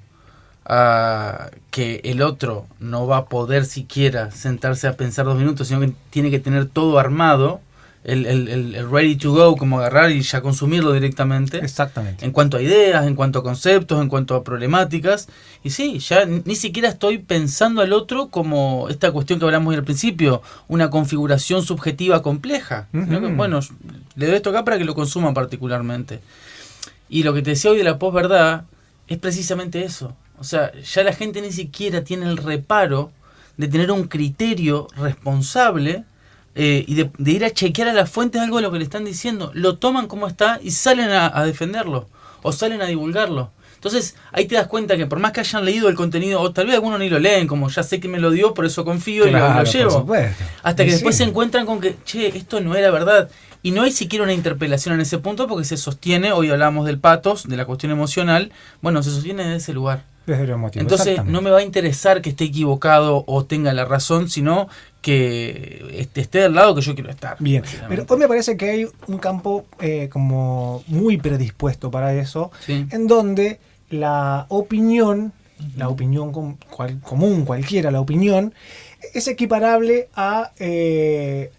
a que el otro no va a poder siquiera sentarse a pensar dos minutos, sino que tiene que tener todo armado, el, el, el- el ready to go, como agarrar y ya consumirlo directamente, Exactamente. en cuanto a ideas, en cuanto a conceptos, en cuanto a problemáticas. Y sí, ya ni ni siquiera estoy pensando al otro como esta cuestión que hablamos al principio, una configuración subjetiva compleja. Sino que, Ujú. bueno, le doy esto acá para que lo consuma particularmente. Y lo que te decía hoy de la posverdad es precisamente eso. O sea, ya la gente ni siquiera tiene el reparo de tener un criterio responsable eh, y de, de ir a chequear a las fuentes algo de lo que le están diciendo. Lo toman como está y salen a, a defenderlo o salen a divulgarlo. Entonces ahí te das cuenta que por más que hayan leído el contenido, o tal vez algunos ni lo leen, como ya sé que me lo dio, por eso confío y lo- Claro, lo, por llevo. supuesto. Hasta que Y después sí. se encuentran con que, che, esto no era verdad. Y no hay siquiera una interpelación en ese punto porque se sostiene, hoy hablamos del patos, de la cuestión emocional, bueno, se sostiene de ese lugar. Desde lo emotivo. Entonces exactamente. no me va a interesar que esté equivocado o tenga la razón, sino que este- esté del lado que yo quiero estar. Bien, básicamente. pero hoy me parece que hay un campo eh, como muy predispuesto para eso, Sí. en donde la opinión, la opinión com- cual- común, cualquiera, la opinión, es equiparable a, eh,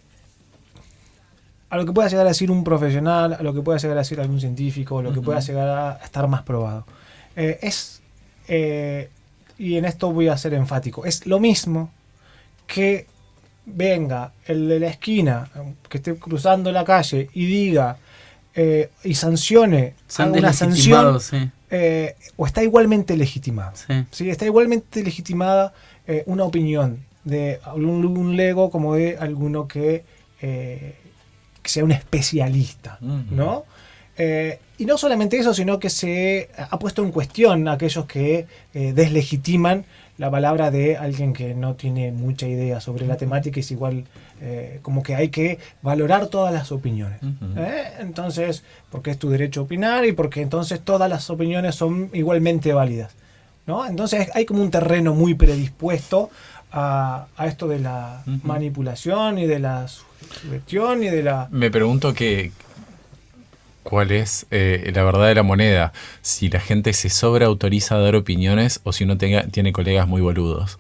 a lo que pueda llegar a decir un profesional, a lo que pueda llegar a decir algún científico, a lo que Ujú. pueda llegar a estar más probado. Eh, es, eh, y en esto voy a ser enfático, es lo mismo que venga el de la esquina, que esté cruzando la calle y diga eh, y sancione Se han alguna sanción, deslegitimado, sí, eh, o está igualmente legitimado. sí. ¿Sí? Está igualmente legitimada eh, una opinión de un, un lego como de alguno que, eh, que sea un especialista, Ujú. ¿no? Eh, y no solamente eso, sino que se ha puesto en cuestión a aquellos que eh, deslegitiman la palabra de alguien que no tiene mucha idea sobre la temática y es igual, eh, como que hay que valorar todas las opiniones. Ujú. ¿Eh? Entonces, porque es tu derecho a opinar y porque entonces todas las opiniones son igualmente válidas, ¿no? Entonces hay como un terreno muy predispuesto a, a esto de la Ujú. manipulación y de la sugestión y de la... Me pregunto que cuál es eh, la verdad de la moneda, si la gente se sobreautoriza a dar opiniones o si uno tenga, tiene colegas muy boludos.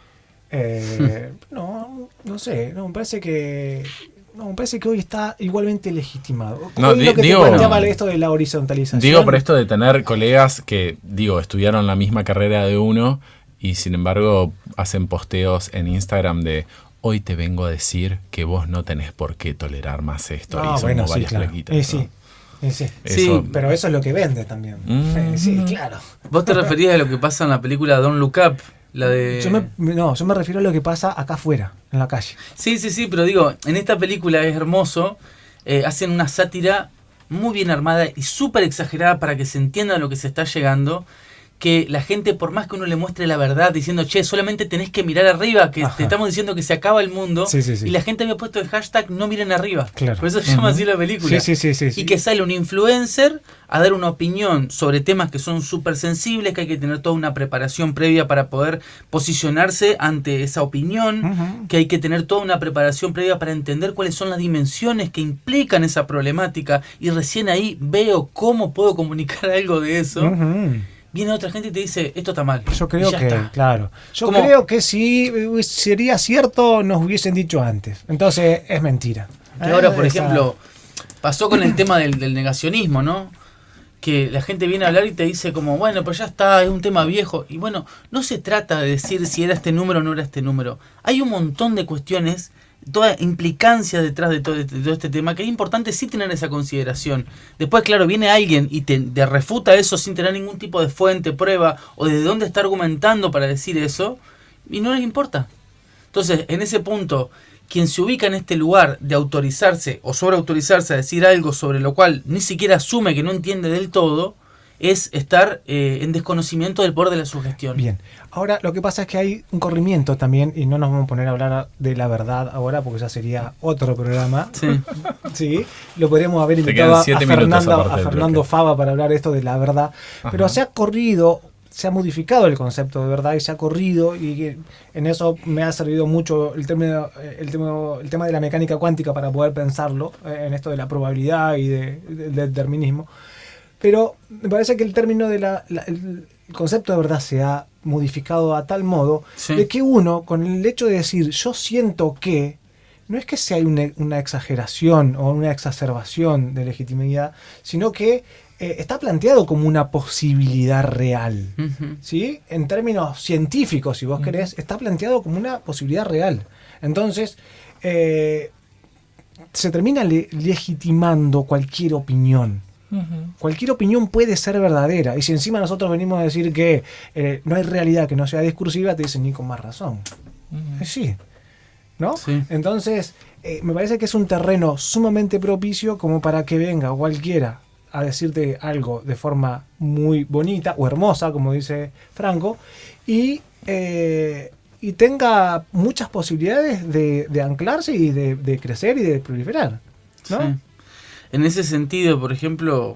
Eh, no, no sé, no, me parece que... No, me parece que hoy está igualmente legitimado. No, Hoy di- lo que digo- te planteaba esto de la horizontalización. Digo por esto de tener colegas que, digo, estudiaron la misma carrera de uno y sin embargo hacen posteos en Instagram de hoy te vengo a decir que vos no tenés por qué tolerar más esto. Ah, y son bueno, como sí, varias claro. plaquitas, Eh, ¿no? sí. Sí, sí. Eso- Sí, pero eso es lo que vende también. Mm. Eh, sí, claro. Vos te referías a lo que pasa en la película Don't Look Up, la de... Yo me, no, yo me refiero a lo que pasa acá afuera, en la calle. Sí, sí, sí, pero digo, en esta película es hermoso, eh, hacen una sátira muy bien armada y súper exagerada para que se entienda a lo que se está llegando, que la gente, por más que uno le muestre la verdad, diciendo, che, solamente tenés que mirar arriba, que Ajá. te estamos diciendo que se acaba el mundo, Sí, sí, sí. y la gente había puesto el hashtag no miren arriba. Claro. Por eso se llama así la película. Sí, sí, sí, sí, sí. Y que sale un influencer a dar una opinión sobre temas que son súper sensibles, que hay que tener toda una preparación previa para poder posicionarse ante esa opinión, Ujú. que hay que tener toda una preparación previa para entender cuáles son las dimensiones que implican esa problemática, y recién ahí veo cómo puedo comunicar algo de eso. Ujú. Viene otra gente y te dice, esto está mal. Yo creo Y ya que, está. claro. Yo Como- creo que si eh, sería cierto, nos hubiesen dicho antes. Entonces, es mentira. Que ahora, por Eh, esa- ejemplo, pasó con el tema del, del negacionismo, ¿no? Que la gente viene a hablar y te dice como, bueno, pero ya está, es un tema viejo. Y bueno, no se trata de decir si era este número o no era este número. Hay un montón de cuestiones, toda implicancia detrás de todo, de todo este tema, que es importante sí tener esa consideración. Después, claro, viene alguien y te, te refuta eso sin tener ningún tipo de fuente, prueba, o de dónde está argumentando para decir eso, y no les importa. Entonces, en ese punto, quien se ubica en este lugar de autorizarse o sobreautorizarse a decir algo sobre lo cual ni siquiera asume que no entiende del todo, es estar eh, en desconocimiento del poder de la sugestión. Bien. Ahora, lo que pasa es que hay un corrimiento también, y no nos vamos a poner a hablar de la verdad ahora, porque ya sería otro programa. Sí. Sí, lo podríamos haber Te invitado quedan a siete minutos Fernando, aparte a del Fernando bloque. Fava para hablar esto de la verdad. Pero Ajá. se ha corrido, se ha modificado el concepto de verdad y se ha corrido, y en eso me ha servido mucho el término, el tema, el tema de la mecánica cuántica para poder pensarlo, eh, en esto de la probabilidad y de- de- del determinismo. Pero me parece que el término de la, la- el concepto de verdad se ha modificado a tal modo Sí. de que uno, con el hecho de decir yo siento que, no es que sea una, una exageración o una exacerbación de legitimidad, sino que eh, está planteado como una posibilidad real. Ujú. ¿Sí? En términos científicos, si vos querés, está planteado como una posibilidad real. Entonces, eh, se termina le- legitimando cualquier opinión. Cualquier opinión puede ser verdadera. Y si encima nosotros venimos a decir que eh, no hay realidad que no sea discursiva, te dicen ni con más razón. Eh, sí. ¿No? Sí. Entonces, eh, me parece que es un terreno sumamente propicio como para que venga cualquiera a decirte algo de forma muy bonita o hermosa, como dice Franco, y, eh, y tenga muchas posibilidades de, de anclarse y de, de crecer y de proliferar. ¿no? Sí. En ese sentido, por ejemplo,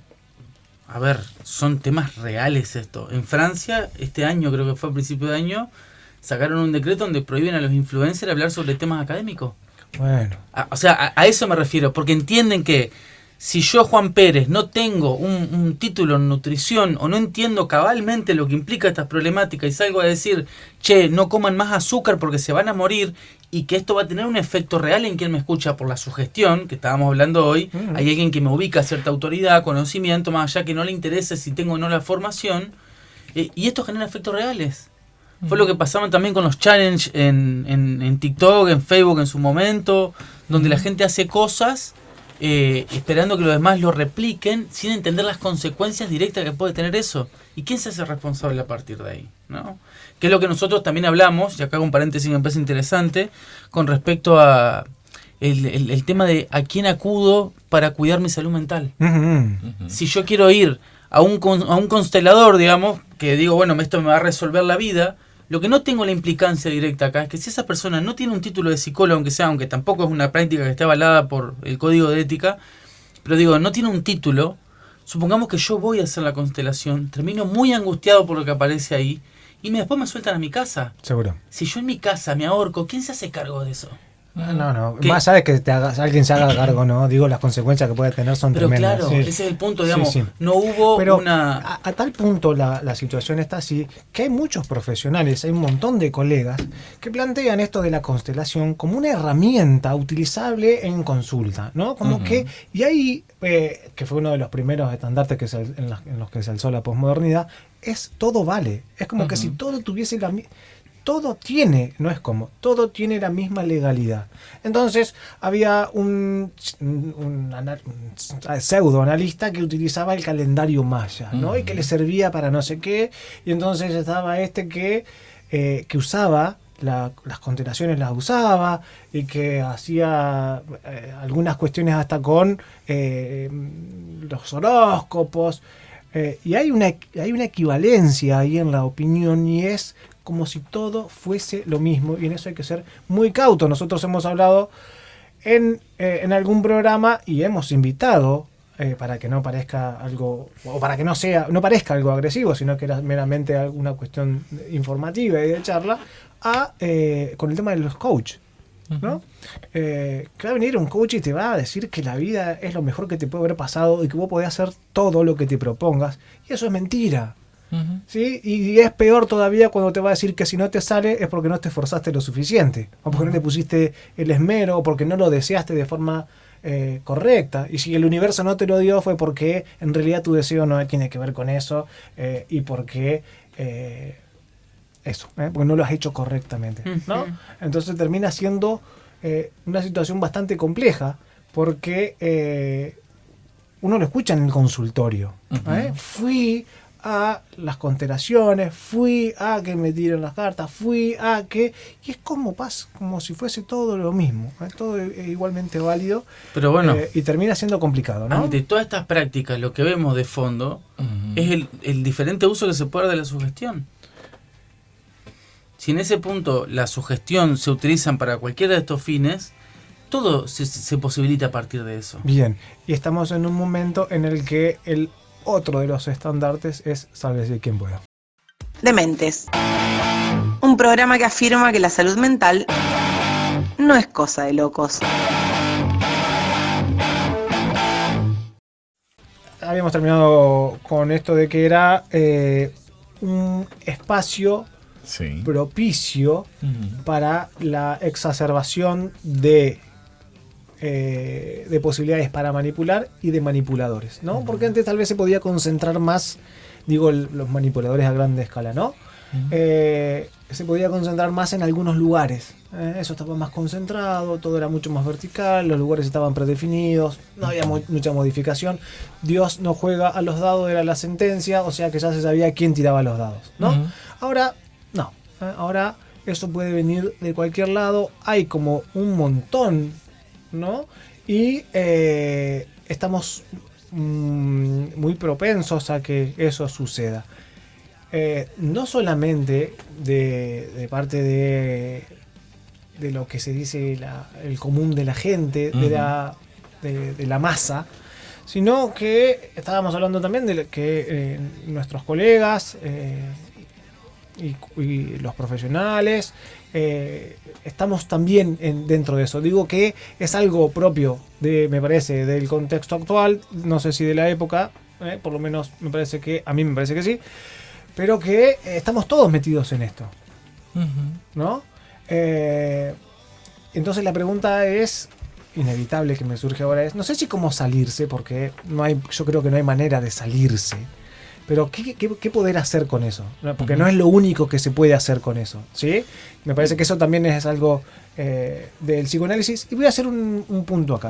a ver, son temas reales esto. En Francia, este año, creo que fue a principio de año, sacaron un decreto donde prohíben a los influencers hablar sobre temas académicos. Bueno. A- o sea, a, a eso me refiero, porque entienden que si yo, Juan Pérez, no tengo un, un título en nutrición o no entiendo cabalmente lo que implica esta problemática y salgo a decir, che, no coman más azúcar porque se van a morir, y que esto va a tener un efecto real en quien me escucha por la sugestión que estábamos hablando hoy, Ujú. hay alguien que me ubica a cierta autoridad, conocimiento, más allá que no le interese si tengo o no la formación, eh, y esto genera efectos reales. Fue lo que pasaba también con los challenge en, en, en TikTok, en Facebook en su momento, donde la gente hace cosas eh, esperando que los demás lo repliquen sin entender las consecuencias directas que puede tener eso. ¿Y quién se hace responsable a partir de ahí? ¿No? Que es lo que nosotros también hablamos, y acá hago un paréntesis que me parece interesante, con respecto a el, el, el tema de a quién acudo para cuidar mi salud mental. Ujú. Si yo quiero ir a un, con- a un constelador, digamos, que digo, bueno, esto me va a resolver la vida, lo que no tengo la implicancia directa acá es que si esa persona no tiene un título de psicólogo, aunque sea, aunque tampoco es una práctica que esté avalada por el código de ética, pero digo, no tiene un título, supongamos que yo voy a hacer la constelación, termino muy angustiado por lo que aparece ahí, y me, después me sueltan a mi casa. Seguro. Si yo en mi casa me ahorco, ¿quién se hace cargo de eso? No, no, no. ¿Qué? Más allá de que te hagas, alguien se haga cargo, ¿no? Digo, las consecuencias que puede tener son Pero tremendas. claro, sí. ese es el punto, Sí, digamos, sí. no hubo Pero una... a, a tal punto la, la situación está así, que hay muchos profesionales, hay un montón de colegas que plantean esto de la constelación como una herramienta utilizable en consulta, ¿no? Como Ujú. que, y ahí, eh, que fue uno de los primeros estandartes que se, en, la- en los que se alzó la posmodernidad, es todo vale. Es como que Ujú. si todo tuviese la mi- todo tiene, no es como, todo tiene la misma legalidad. Entonces había un, un, un, un pseudo-analista que utilizaba el calendario maya, ¿no? Uh-huh. Y que le servía para no sé qué, y entonces estaba este que, eh, que usaba La, las constelaciones las usaba y que hacía eh, algunas cuestiones hasta con eh, los horóscopos eh, y hay una, hay una equivalencia ahí en la opinión y es como si todo fuese lo mismo y en eso hay que ser muy cautos. Nosotros hemos hablado en, eh, en algún programa y hemos invitado eh, para que no parezca algo o para que no sea no parezca algo agresivo, sino que era meramente alguna cuestión informativa y de charla A, eh, con el tema de los coach, ¿no? Uh-huh. Eh, que va a venir un coach y te va a decir que la vida es lo mejor que te puede haber pasado y que vos podés hacer todo lo que te propongas. Y eso es mentira. Uh-huh. ¿Sí? Y es peor todavía cuando te va a decir que si no te sale es porque no te esforzaste lo suficiente, o porque uh-huh. no le pusiste el esmero, o porque no lo deseaste de forma eh, correcta. Y si el universo no te lo dio fue porque en realidad tu deseo no tiene que ver con eso eh, y porque... Eh, Eso, ¿eh? Porque no lo has hecho correctamente, ¿no? Uh-huh. Entonces termina siendo eh, una situación bastante compleja porque eh, uno lo escucha en el consultorio. Uh-huh. ¿eh? Fui a las constelaciones, fui a que me tiren las cartas, fui a que... Y es como pasa, como si fuese todo lo mismo, ¿eh? Todo es igualmente válido. Pero bueno, eh, y termina siendo complicado, ¿no? Ante todas estas prácticas, lo que vemos de fondo uh-huh. es el, el diferente uso que se puede dar de la sugestión. Si en ese punto la sugestión se utilizan para cualquiera de estos fines, todo se, se posibilita a partir de eso. Bien, y estamos en un momento en el que el otro de los estandartes es sálvese quien pueda. Dementes. Un programa que afirma que la salud mental no es cosa de locos. Habíamos terminado con esto de que era eh, un espacio... Sí. propicio uh-huh. para la exacerbación de, eh, de posibilidades para manipular y de manipuladores, ¿no? Uh-huh. Porque antes tal vez se podía concentrar más, digo, el, los manipuladores a grande escala, ¿no? Uh-huh. Eh, se podía concentrar más en algunos lugares. Eh, eso estaba más concentrado, todo era mucho más vertical, los lugares estaban predefinidos, no había mu- mucha modificación. Dios no juega a los dados, era la sentencia, o sea que ya se sabía quién tiraba los dados, ¿no? Uh-huh. Ahora... No, ahora eso puede venir de cualquier lado, hay como un montón, ¿no? Y eh, estamos mm, muy propensos a que eso suceda. Eh, no solamente de, de parte de, de lo que se dice la, el común de la gente, uh-huh. de, la, de, de la masa, sino que estábamos hablando también de que eh, nuestros colegas... Eh, Y, y los profesionales eh, estamos también en, dentro de eso. Digo que es algo propio de, me parece, del contexto actual, no sé si de la época, eh, por lo menos me parece que, a mí me parece que sí, pero que eh, estamos todos metidos en esto, uh-huh. ¿no? Eh, entonces la pregunta es inevitable que me surge ahora es, no sé si cómo salirse, porque no hay, yo creo que no hay manera de salirse. Pero ¿qué, qué, qué poder hacer con eso? Porque uh-huh. no es lo único que se puede hacer con eso, ¿sí? Me parece que eso también es algo eh, del psicoanálisis. Y voy a hacer un, un punto acá.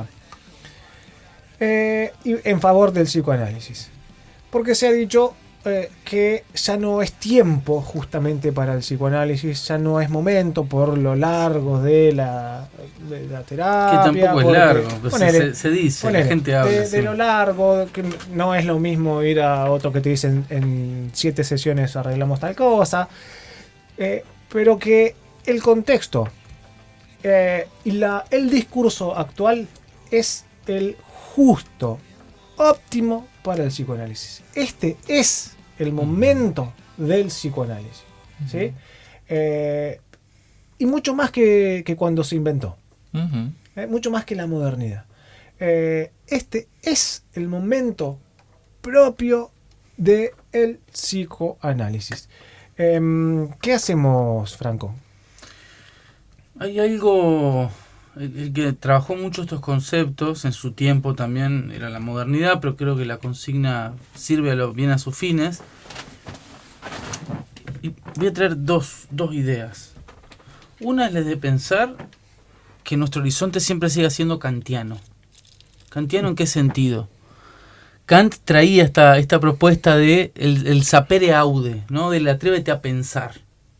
Eh, en favor del psicoanálisis. Porque se ha dicho eh, que ya no es tiempo justamente para el psicoanálisis, ya no es momento por lo largo de la, de la terapia. Que tampoco porque, es largo, pues ponele, se, se dice, ponele, la gente habla. De, sí. de lo largo, que no es lo mismo ir a otro que te dicen en siete sesiones arreglamos tal cosa, eh, pero que el contexto eh, y la, el discurso actual es el justo, óptimo para el psicoanálisis. Este es el momento del psicoanálisis, ¿sí? Uh-huh. Eh, y mucho más que, que cuando se inventó, uh-huh. eh, mucho más que la modernidad. Eh, este es el momento propio del psicoanálisis. Eh, ¿Qué hacemos, Franco? Hay algo... El que trabajó mucho estos conceptos en su tiempo también era la modernidad, pero creo que la consigna sirve a lo, bien a sus fines. y voy a traer dos, dos ideas. Una es la de pensar que nuestro horizonte siempre siga siendo kantiano. ¿Kantiano en qué sentido? Kant traía esta, esta propuesta de el, el sapere aude, ¿no? Del atrévete a pensar.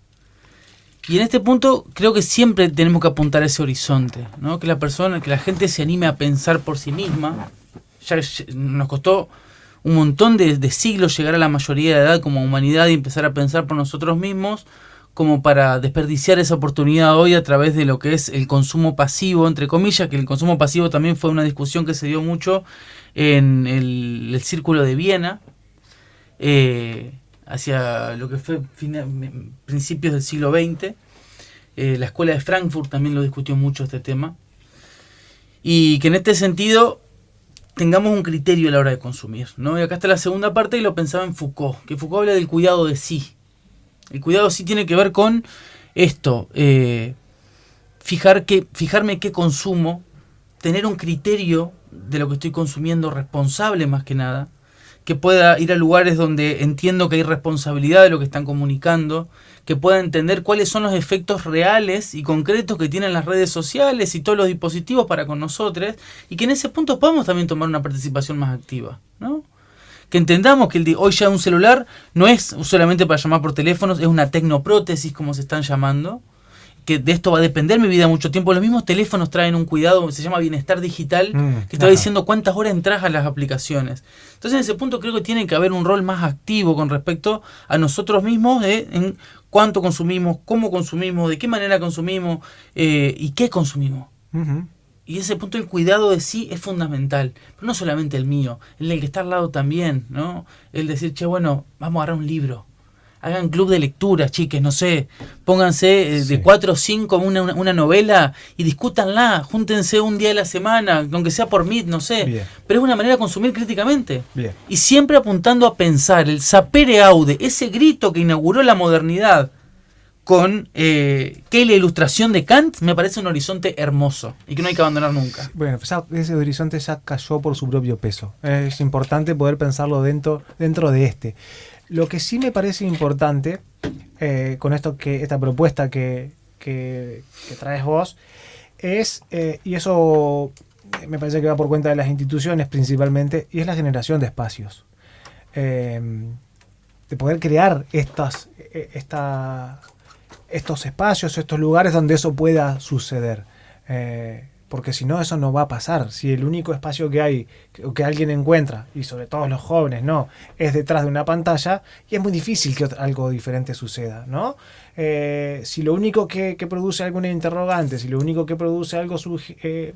Y en este punto creo que siempre tenemos que apuntar a ese horizonte, ¿no? Que la persona, que la gente se anime a pensar por sí misma. Ya nos costó un montón de, de siglos llegar a la mayoría de edad como humanidad y empezar a pensar por nosotros mismos, como para desperdiciar esa oportunidad hoy a través de lo que es el consumo pasivo, entre comillas, que el consumo pasivo también fue una discusión que se dio mucho en el, el Círculo de Viena, eh, hacia lo que fue fin, principios del siglo veinte. Eh, la Escuela de Frankfurt también lo discutió mucho este tema. Y que en este sentido tengamos un criterio a la hora de consumir, ¿no? Y acá está la segunda parte y lo pensaba en Foucault, que Foucault habla del cuidado de sí. El cuidado de sí tiene que ver con esto, eh, fijar que, fijarme qué consumo, tener un criterio de lo que estoy consumiendo responsable más que nada, que pueda ir a lugares donde entiendo que hay responsabilidad de lo que están comunicando, que pueda entender cuáles son los efectos reales y concretos que tienen las redes sociales y todos los dispositivos para con nosotros, y que en ese punto podamos también tomar una participación más activa, ¿no? Que entendamos que el de hoy ya un celular no es solamente para llamar por teléfonos, es una tecnoprótesis como se están llamando, que de esto va a depender mi vida mucho tiempo. Los mismos teléfonos traen un cuidado, se llama bienestar digital, mm, que te va diciendo cuántas horas entras a las aplicaciones. Entonces en ese punto creo que tiene que haber un rol más activo con respecto a nosotros mismos, eh, en cuánto consumimos, cómo consumimos, de qué manera consumimos eh, y qué consumimos. Uh-huh. Y ese punto del cuidado de sí es fundamental, pero no solamente el mío, el del que está al lado también, ¿no? El decir, che, bueno, vamos a agarrar un libro. Hagan club de lectura, chiques, no sé, pónganse eh, sí. de cuatro o cinco una, una, una novela y discútanla, júntense un día de la semana, aunque sea por Meet, no sé. Bien. Pero es una manera de consumir críticamente. Bien. Y siempre apuntando a pensar, el sapere aude, ese grito que inauguró la modernidad con eh, que la ilustración de Kant me parece un horizonte hermoso y que no hay que abandonar nunca. Bueno, pues ese horizonte ya cayó por su propio peso. Es importante poder pensarlo dentro, dentro de este. Lo que sí me parece importante eh, con esto que esta propuesta que, que, que traes vos es, eh, y eso me parece que va por cuenta de las instituciones principalmente, y es la generación de espacios. Eh, de poder crear estas, esta, estos espacios, estos lugares donde eso pueda suceder. Eh, porque si no, eso no va a pasar. Si el único espacio que hay, que, que alguien encuentra, y sobre todo los jóvenes, no, es detrás de una pantalla, y es muy difícil que otra, algo diferente suceda, ¿no? Eh, si lo único que, que produce alguna interrogante, si lo único que produce algo suge- eh,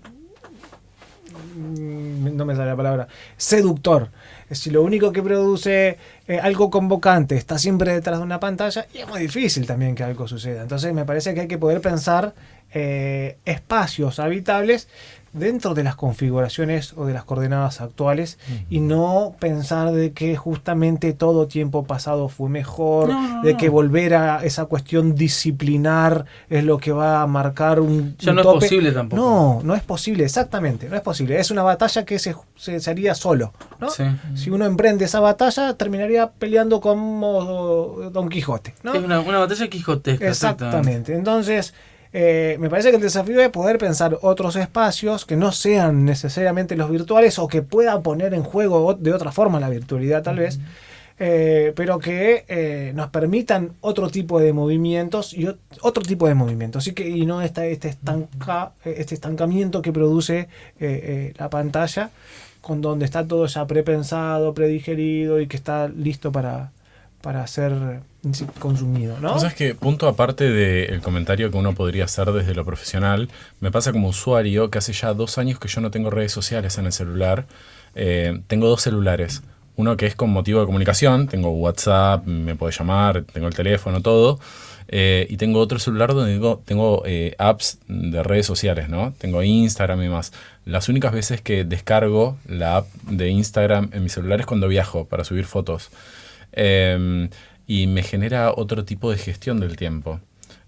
no me sale la palabra, seductor, si lo único que produce eh, algo convocante está siempre detrás de una pantalla, y es muy difícil también que algo suceda. Entonces me parece que hay que poder pensar eh, espacios habitables dentro de las configuraciones o de las coordenadas actuales, uh-huh. y no pensar de que justamente todo tiempo pasado fue mejor, no, no, de que volver a esa cuestión disciplinar es lo que va a marcar un, ya un no tope. Es posible tampoco. No, no es posible, exactamente, no es posible. Es una batalla que se, se, se haría solo, ¿no? Sí. Si uno emprende esa batalla, terminaría peleando como Don Quijote, ¿no? Es una, una batalla quijotesca. Exactamente. Entonces, Eh, me parece que el desafío es poder pensar otros espacios que no sean necesariamente los virtuales, o que puedan poner en juego de otra forma la virtualidad tal vez, eh, pero que eh, nos permitan otro tipo de movimientos y otro tipo de movimientos, y, que, y no esta, este, estanca, este estancamiento que produce eh, eh, la pantalla, con donde está todo ya prepensado, predigerido y que está listo para, para ser consumido, ¿no? O sea, es que punto aparte del comentario que uno podría hacer desde lo profesional, me pasa como usuario que hace ya dos años que yo no tengo redes sociales en el celular. Eh, tengo dos celulares. Uno que es con motivo de comunicación, tengo WhatsApp, me puede llamar, tengo el teléfono, todo. Eh, y tengo otro celular donde tengo, tengo eh, apps de redes sociales, ¿no? Tengo Instagram y más. Las únicas veces que descargo la app de Instagram en mi celular es cuando viajo para subir fotos. Eh, y me genera otro tipo de gestión del tiempo.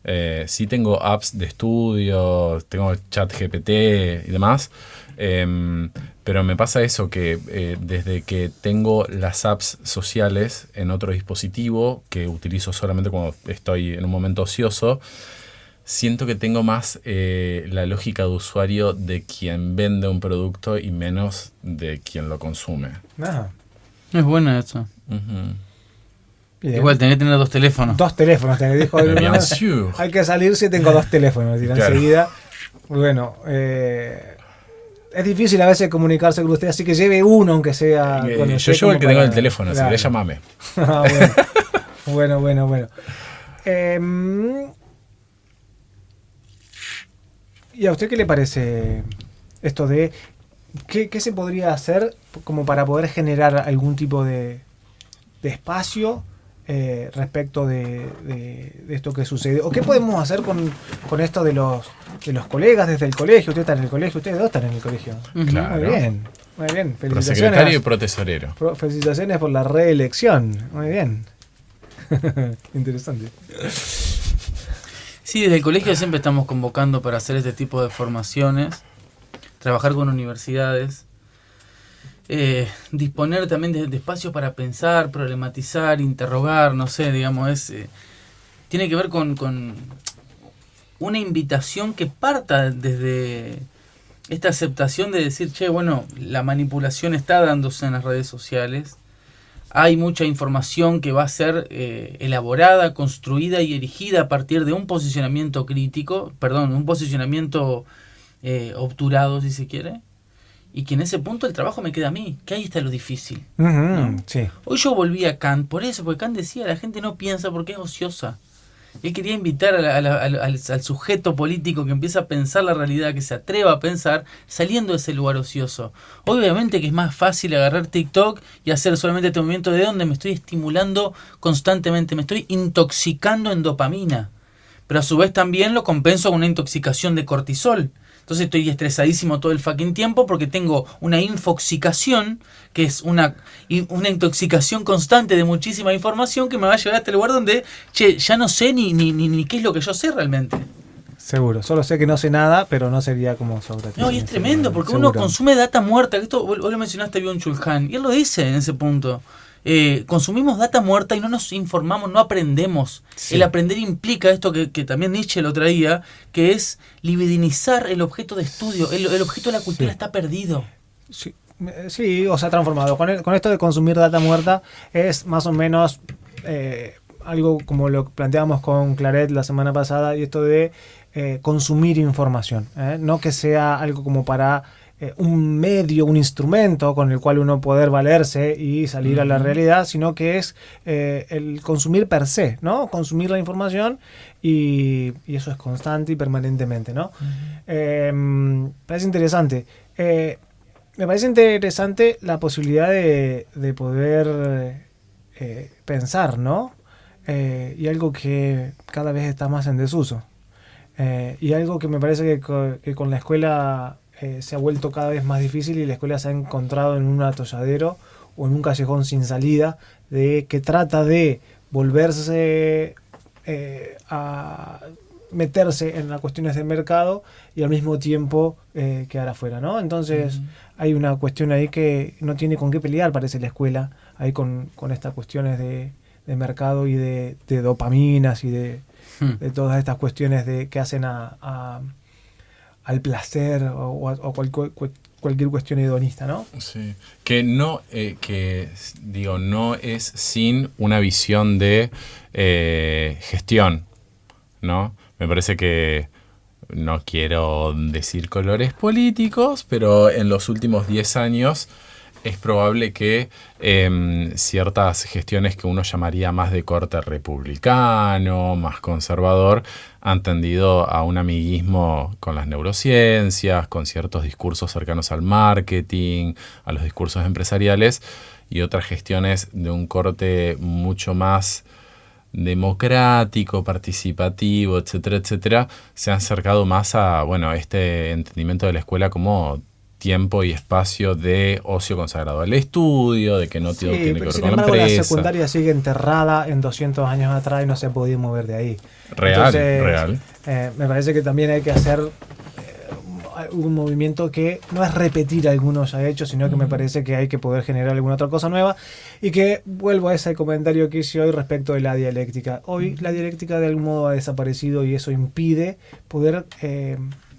Eh, sí tengo apps de estudio, tengo ChatGPT y demás, eh, pero me pasa eso, que eh, desde que tengo las apps sociales en otro dispositivo, que utilizo solamente cuando estoy en un momento ocioso, siento que tengo más eh, la lógica de usuario de quien vende un producto y menos de quien lo consume. Ah, Es bueno eso. Uh-huh. bien. Igual tenés que tener dos teléfonos. Dos teléfonos, te dijo. Bien sûr. Hay que salir si tengo dos teléfonos, dirán Claro. enseguida. Bueno, eh, es difícil a veces comunicarse con usted, así que lleve uno, aunque sea. Eh, con yo usted llevo el como que tengo en para- el teléfono, si Claro. querés llamame. Ah, bueno, bueno, bueno. bueno. Eh, ¿Y a usted qué le parece esto de qué, qué se podría hacer como para poder generar algún tipo de, de espacio eh, respecto de, de- de esto que sucede? ¿O qué podemos hacer con, con esto de los, de los colegas desde el colegio? Usted está en el colegio, ustedes dos están en el colegio. Ujú. Claro. Muy bien, muy bien. Prosecretario y Felicitaciones. protesorero. Pro- Felicitaciones por la reelección. Muy bien. Interesante. Sí, desde el colegio siempre estamos convocando para hacer este tipo de formaciones, trabajar con universidades, eh, disponer también de, de espacios para pensar, problematizar, interrogar, no sé, digamos, es eh, tiene que ver con, con una invitación que parta desde esta aceptación de decir, che, bueno, la manipulación está dándose en las redes sociales. Hay mucha información que va a ser eh, elaborada, construida y erigida a partir de un posicionamiento crítico, perdón, un posicionamiento eh, obturado, si se quiere, y que en ese punto el trabajo me queda a mí, que ahí está lo difícil. Ujú, ¿No? Sí. Hoy yo volví a Kant, por eso, porque Kant decía, la gente no piensa porque es ociosa. Él quería invitar a la- a la- al, al- al sujeto político que empieza a pensar la realidad, que se atreva a pensar saliendo de ese lugar ocioso. Obviamente que es más fácil agarrar TikTok y hacer solamente este movimiento de donde me estoy estimulando constantemente, me estoy intoxicando en dopamina. Pero a su vez también lo compenso con una intoxicación de cortisol. Entonces estoy estresadísimo todo el fucking tiempo porque tengo una infoxicación, que es una, y una intoxicación constante de muchísima información que me va a llevar hasta el lugar donde, che, ya no sé ni, ni, ni, ni qué es lo que yo sé realmente. Seguro. Solo sé que no sé nada, pero no sería como Sócrates. No, y es tremendo, porque Seguro. uno consume data muerta. Esto vos, vos lo mencionaste a Byung-Chul Han, y él lo dice en ese punto. Eh, consumimos data muerta y no nos informamos, no aprendemos. Sí. El aprender implica esto que, que también Nietzsche lo traía, que es libidinizar el objeto de estudio. El, el objeto de la cultura Sí. está perdido. Sí, eh, sí, o se ha transformado. Con, el- con esto de consumir data muerta es más o menos eh, algo como lo planteamos con Claret la semana pasada, y esto de eh, consumir información. ¿eh? No que sea algo como para eh, un medio, un instrumento con el cual uno poder valerse y salir a la Ujú. realidad, sino que es eh, el consumir per se, ¿no? Consumir la información y, y eso es constante y permanentemente, ¿no? Eh, parece interesante. Eh, me parece interesante la posibilidad de, de poder eh, pensar, ¿no? Eh, y algo que cada vez está más en desuso. Eh, y algo que me parece que, co- que con la escuela eh, se ha vuelto cada vez más difícil, y la escuela se ha encontrado en un atolladero o en un callejón sin salida, de que trata de volverse eh, a meterse en las cuestiones de mercado y al mismo tiempo eh, quedar afuera, ¿no? Entonces Ujú. hay una cuestión ahí que no tiene con qué pelear, parece, la escuela, ahí con, con estas cuestiones de, de mercado y de, de dopaminas y de, Hmm. de todas estas cuestiones de que hacen a, a- al placer o, o a- o cual- cual- cualquier cuestión hedonista, ¿no? Sí. Que no, eh, que digo, no es sin una visión de eh, gestión, ¿no? Me parece que no quiero decir colores políticos, pero en los últimos diez años es probable que eh, ciertas gestiones que uno llamaría más de corte republicano, más conservador, han tendido a un amiguismo con las neurociencias, con ciertos discursos cercanos al marketing, a los discursos empresariales, y otras gestiones de un corte mucho más democrático, participativo, etcétera, etcétera, se han acercado más a, bueno, este entendimiento de la escuela como tiempo y espacio de ocio consagrado al estudio, de que no Sí, todo tiene que pero ver sin con la embargo la empresa. secundaria sigue enterrada en doscientos años atrás y no se ha podido mover de ahí. Real, Entonces, real. eh, me parece que también hay que hacer eh, un movimiento que no es repetir algunos ya hechos, sino que me parece que hay que poder generar alguna otra cosa nueva. Y que vuelvo a ese comentario que hice hoy respecto de la dialéctica. Hoy la dialéctica de algún modo ha desaparecido y eso impide poder... Eh,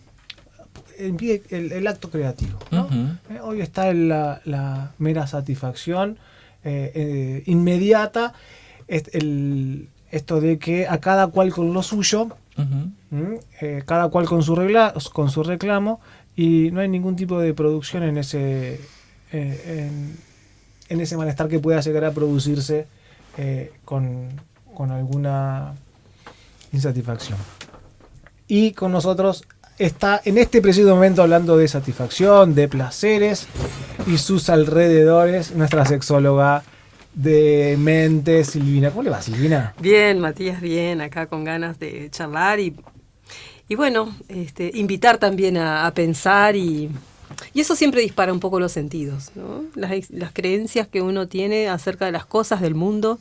impide el, el acto creativo, ¿no? Uh-huh. Eh, hoy está en la, la mera satisfacción eh, eh, inmediata, es el, esto de que a cada cual con lo suyo, Uh-huh. ¿m? eh, cada cual con su, regla, con su reclamo, y no hay ningún tipo de producción en ese, eh, en, en ese malestar que pueda llegar a producirse eh, con, con alguna insatisfacción. Y con nosotros está en este preciso momento hablando de satisfacción, de placeres y sus alrededores, nuestra sexóloga de mente, Silvina. ¿Cómo le va, Silvina? Bien, Matías, bien, acá con ganas de charlar y, y bueno, este, invitar también a, a pensar y, y eso siempre dispara un poco los sentidos, ¿no? Las, las creencias que uno tiene acerca de las cosas del mundo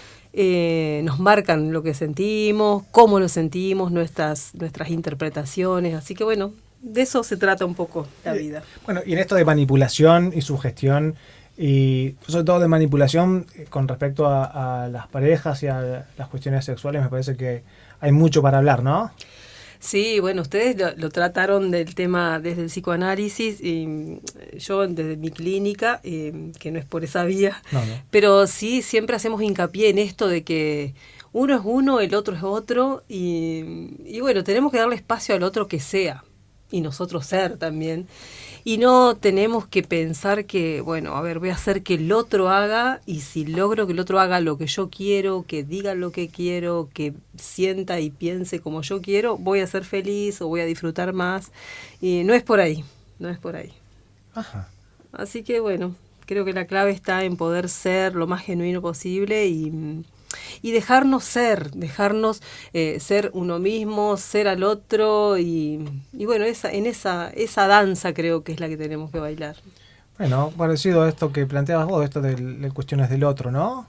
Eh, nos marcan lo que sentimos, cómo lo sentimos, nuestras, nuestras interpretaciones. Así que bueno, de eso se trata un poco la vida. Eh, bueno, y en esto de manipulación y sugestión, y sobre todo de manipulación eh, con respecto a, a las parejas y a las cuestiones sexuales, me parece que hay mucho para hablar, ¿no? Sí, bueno, ustedes lo, lo trataron del tema desde el psicoanálisis y yo desde mi clínica, eh, que no es por esa vía, No, no. pero sí siempre hacemos hincapié en esto de que uno es uno, el otro es otro y, y bueno, tenemos que darle espacio al otro que sea y nosotros ser también. Y no tenemos que pensar que, bueno, a ver, voy a hacer que el otro haga y si logro que el otro haga lo que yo quiero, que diga lo que quiero, que sienta y piense como yo quiero, voy a ser feliz o voy a disfrutar más. Y no es por ahí, no es por ahí. Ajá. Así que, bueno, creo que la clave está en poder ser lo más genuino posible y... y dejarnos ser, dejarnos eh, ser uno mismo, ser al otro y, y bueno, esa, en esa, esa danza creo que es la que tenemos que bailar. Bueno, parecido a esto que planteabas vos, esto de, de cuestiones del otro, ¿no?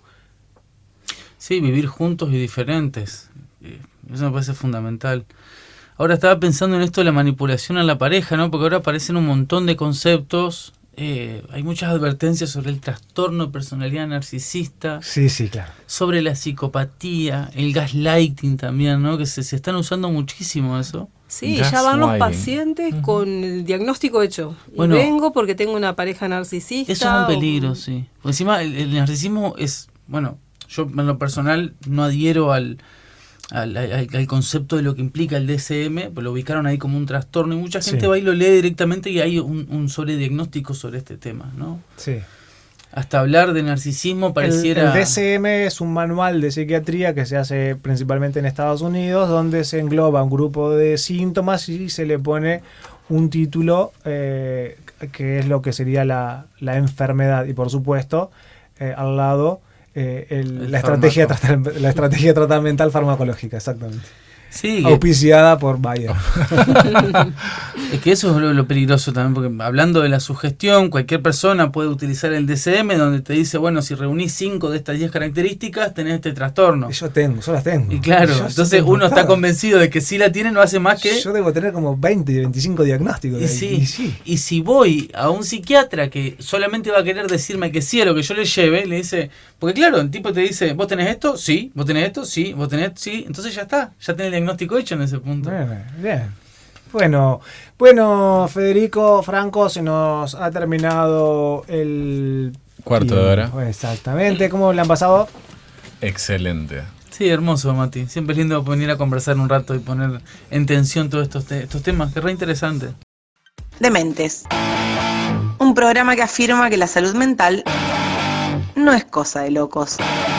Sí, vivir juntos y diferentes. Eso me parece fundamental. Ahora estaba pensando en esto de la manipulación a la pareja, ¿no? Porque ahora aparecen un montón de conceptos. Eh, hay muchas advertencias sobre el trastorno de personalidad narcisista, Sí, sí, claro. sobre la psicopatía, el gaslighting también, ¿no? Que se, se están usando muchísimo eso. Sí, ya van los Gaslighting. pacientes uh-huh. con el diagnóstico hecho. Y Bueno, vengo porque tengo una pareja narcisista. Eso es un o... peligro, sí. Por encima, el, el narcisismo es, bueno, yo en lo personal no adhiero al, al, al, al concepto de lo que implica el D S M, pues lo ubicaron ahí como un trastorno y mucha gente Sí. va y lo lee directamente y hay un, un sobrediagnóstico sobre este tema, ¿no? Sí. Hasta hablar de narcisismo pareciera... El, el D S M es un manual de psiquiatría que se hace principalmente en Estados Unidos, donde se engloba un grupo de síntomas y se le pone un título eh, que es lo que sería la, la enfermedad. Y por supuesto, eh, al lado, eh, el, El la, estrategia fármaco. trata- la estrategia tratamental farmacológica, exactamente. Sí, que- Auspiciada por Bayer. es que eso es lo, lo peligroso también, porque hablando de la sugestión, cualquier persona puede utilizar el D S M donde te dice, bueno, si reunís cinco de estas diez características, tenés este trastorno. Yo tengo, yo las tengo. Y claro, Yo entonces tengo uno está todas. convencido de que si la tiene no hace más que... Yo debo tener como veinte, veinticinco diagnósticos. Y de ahí. sí, Y sí. y si voy a un psiquiatra que solamente va a querer decirme que sí a lo que yo le lleve, le dice, porque claro, el tipo te dice, ¿vos tenés esto? Sí, ¿vos tenés esto? Sí, ¿vos tenés esto? Sí, entonces ya está, ya tenés el diagnóstico hecho en ese punto. Bueno, bien. Bueno, bueno, Federico Franco, se nos ha terminado el Cuarto de hora. Exactamente. ¿Cómo le han pasado? Excelente. Sí, hermoso, Mati. Siempre es lindo venir a conversar un rato y poner en tensión todos estos, te- estos temas, que es re interesante. Dementes. Un programa que afirma que la salud mental no es cosa de locos.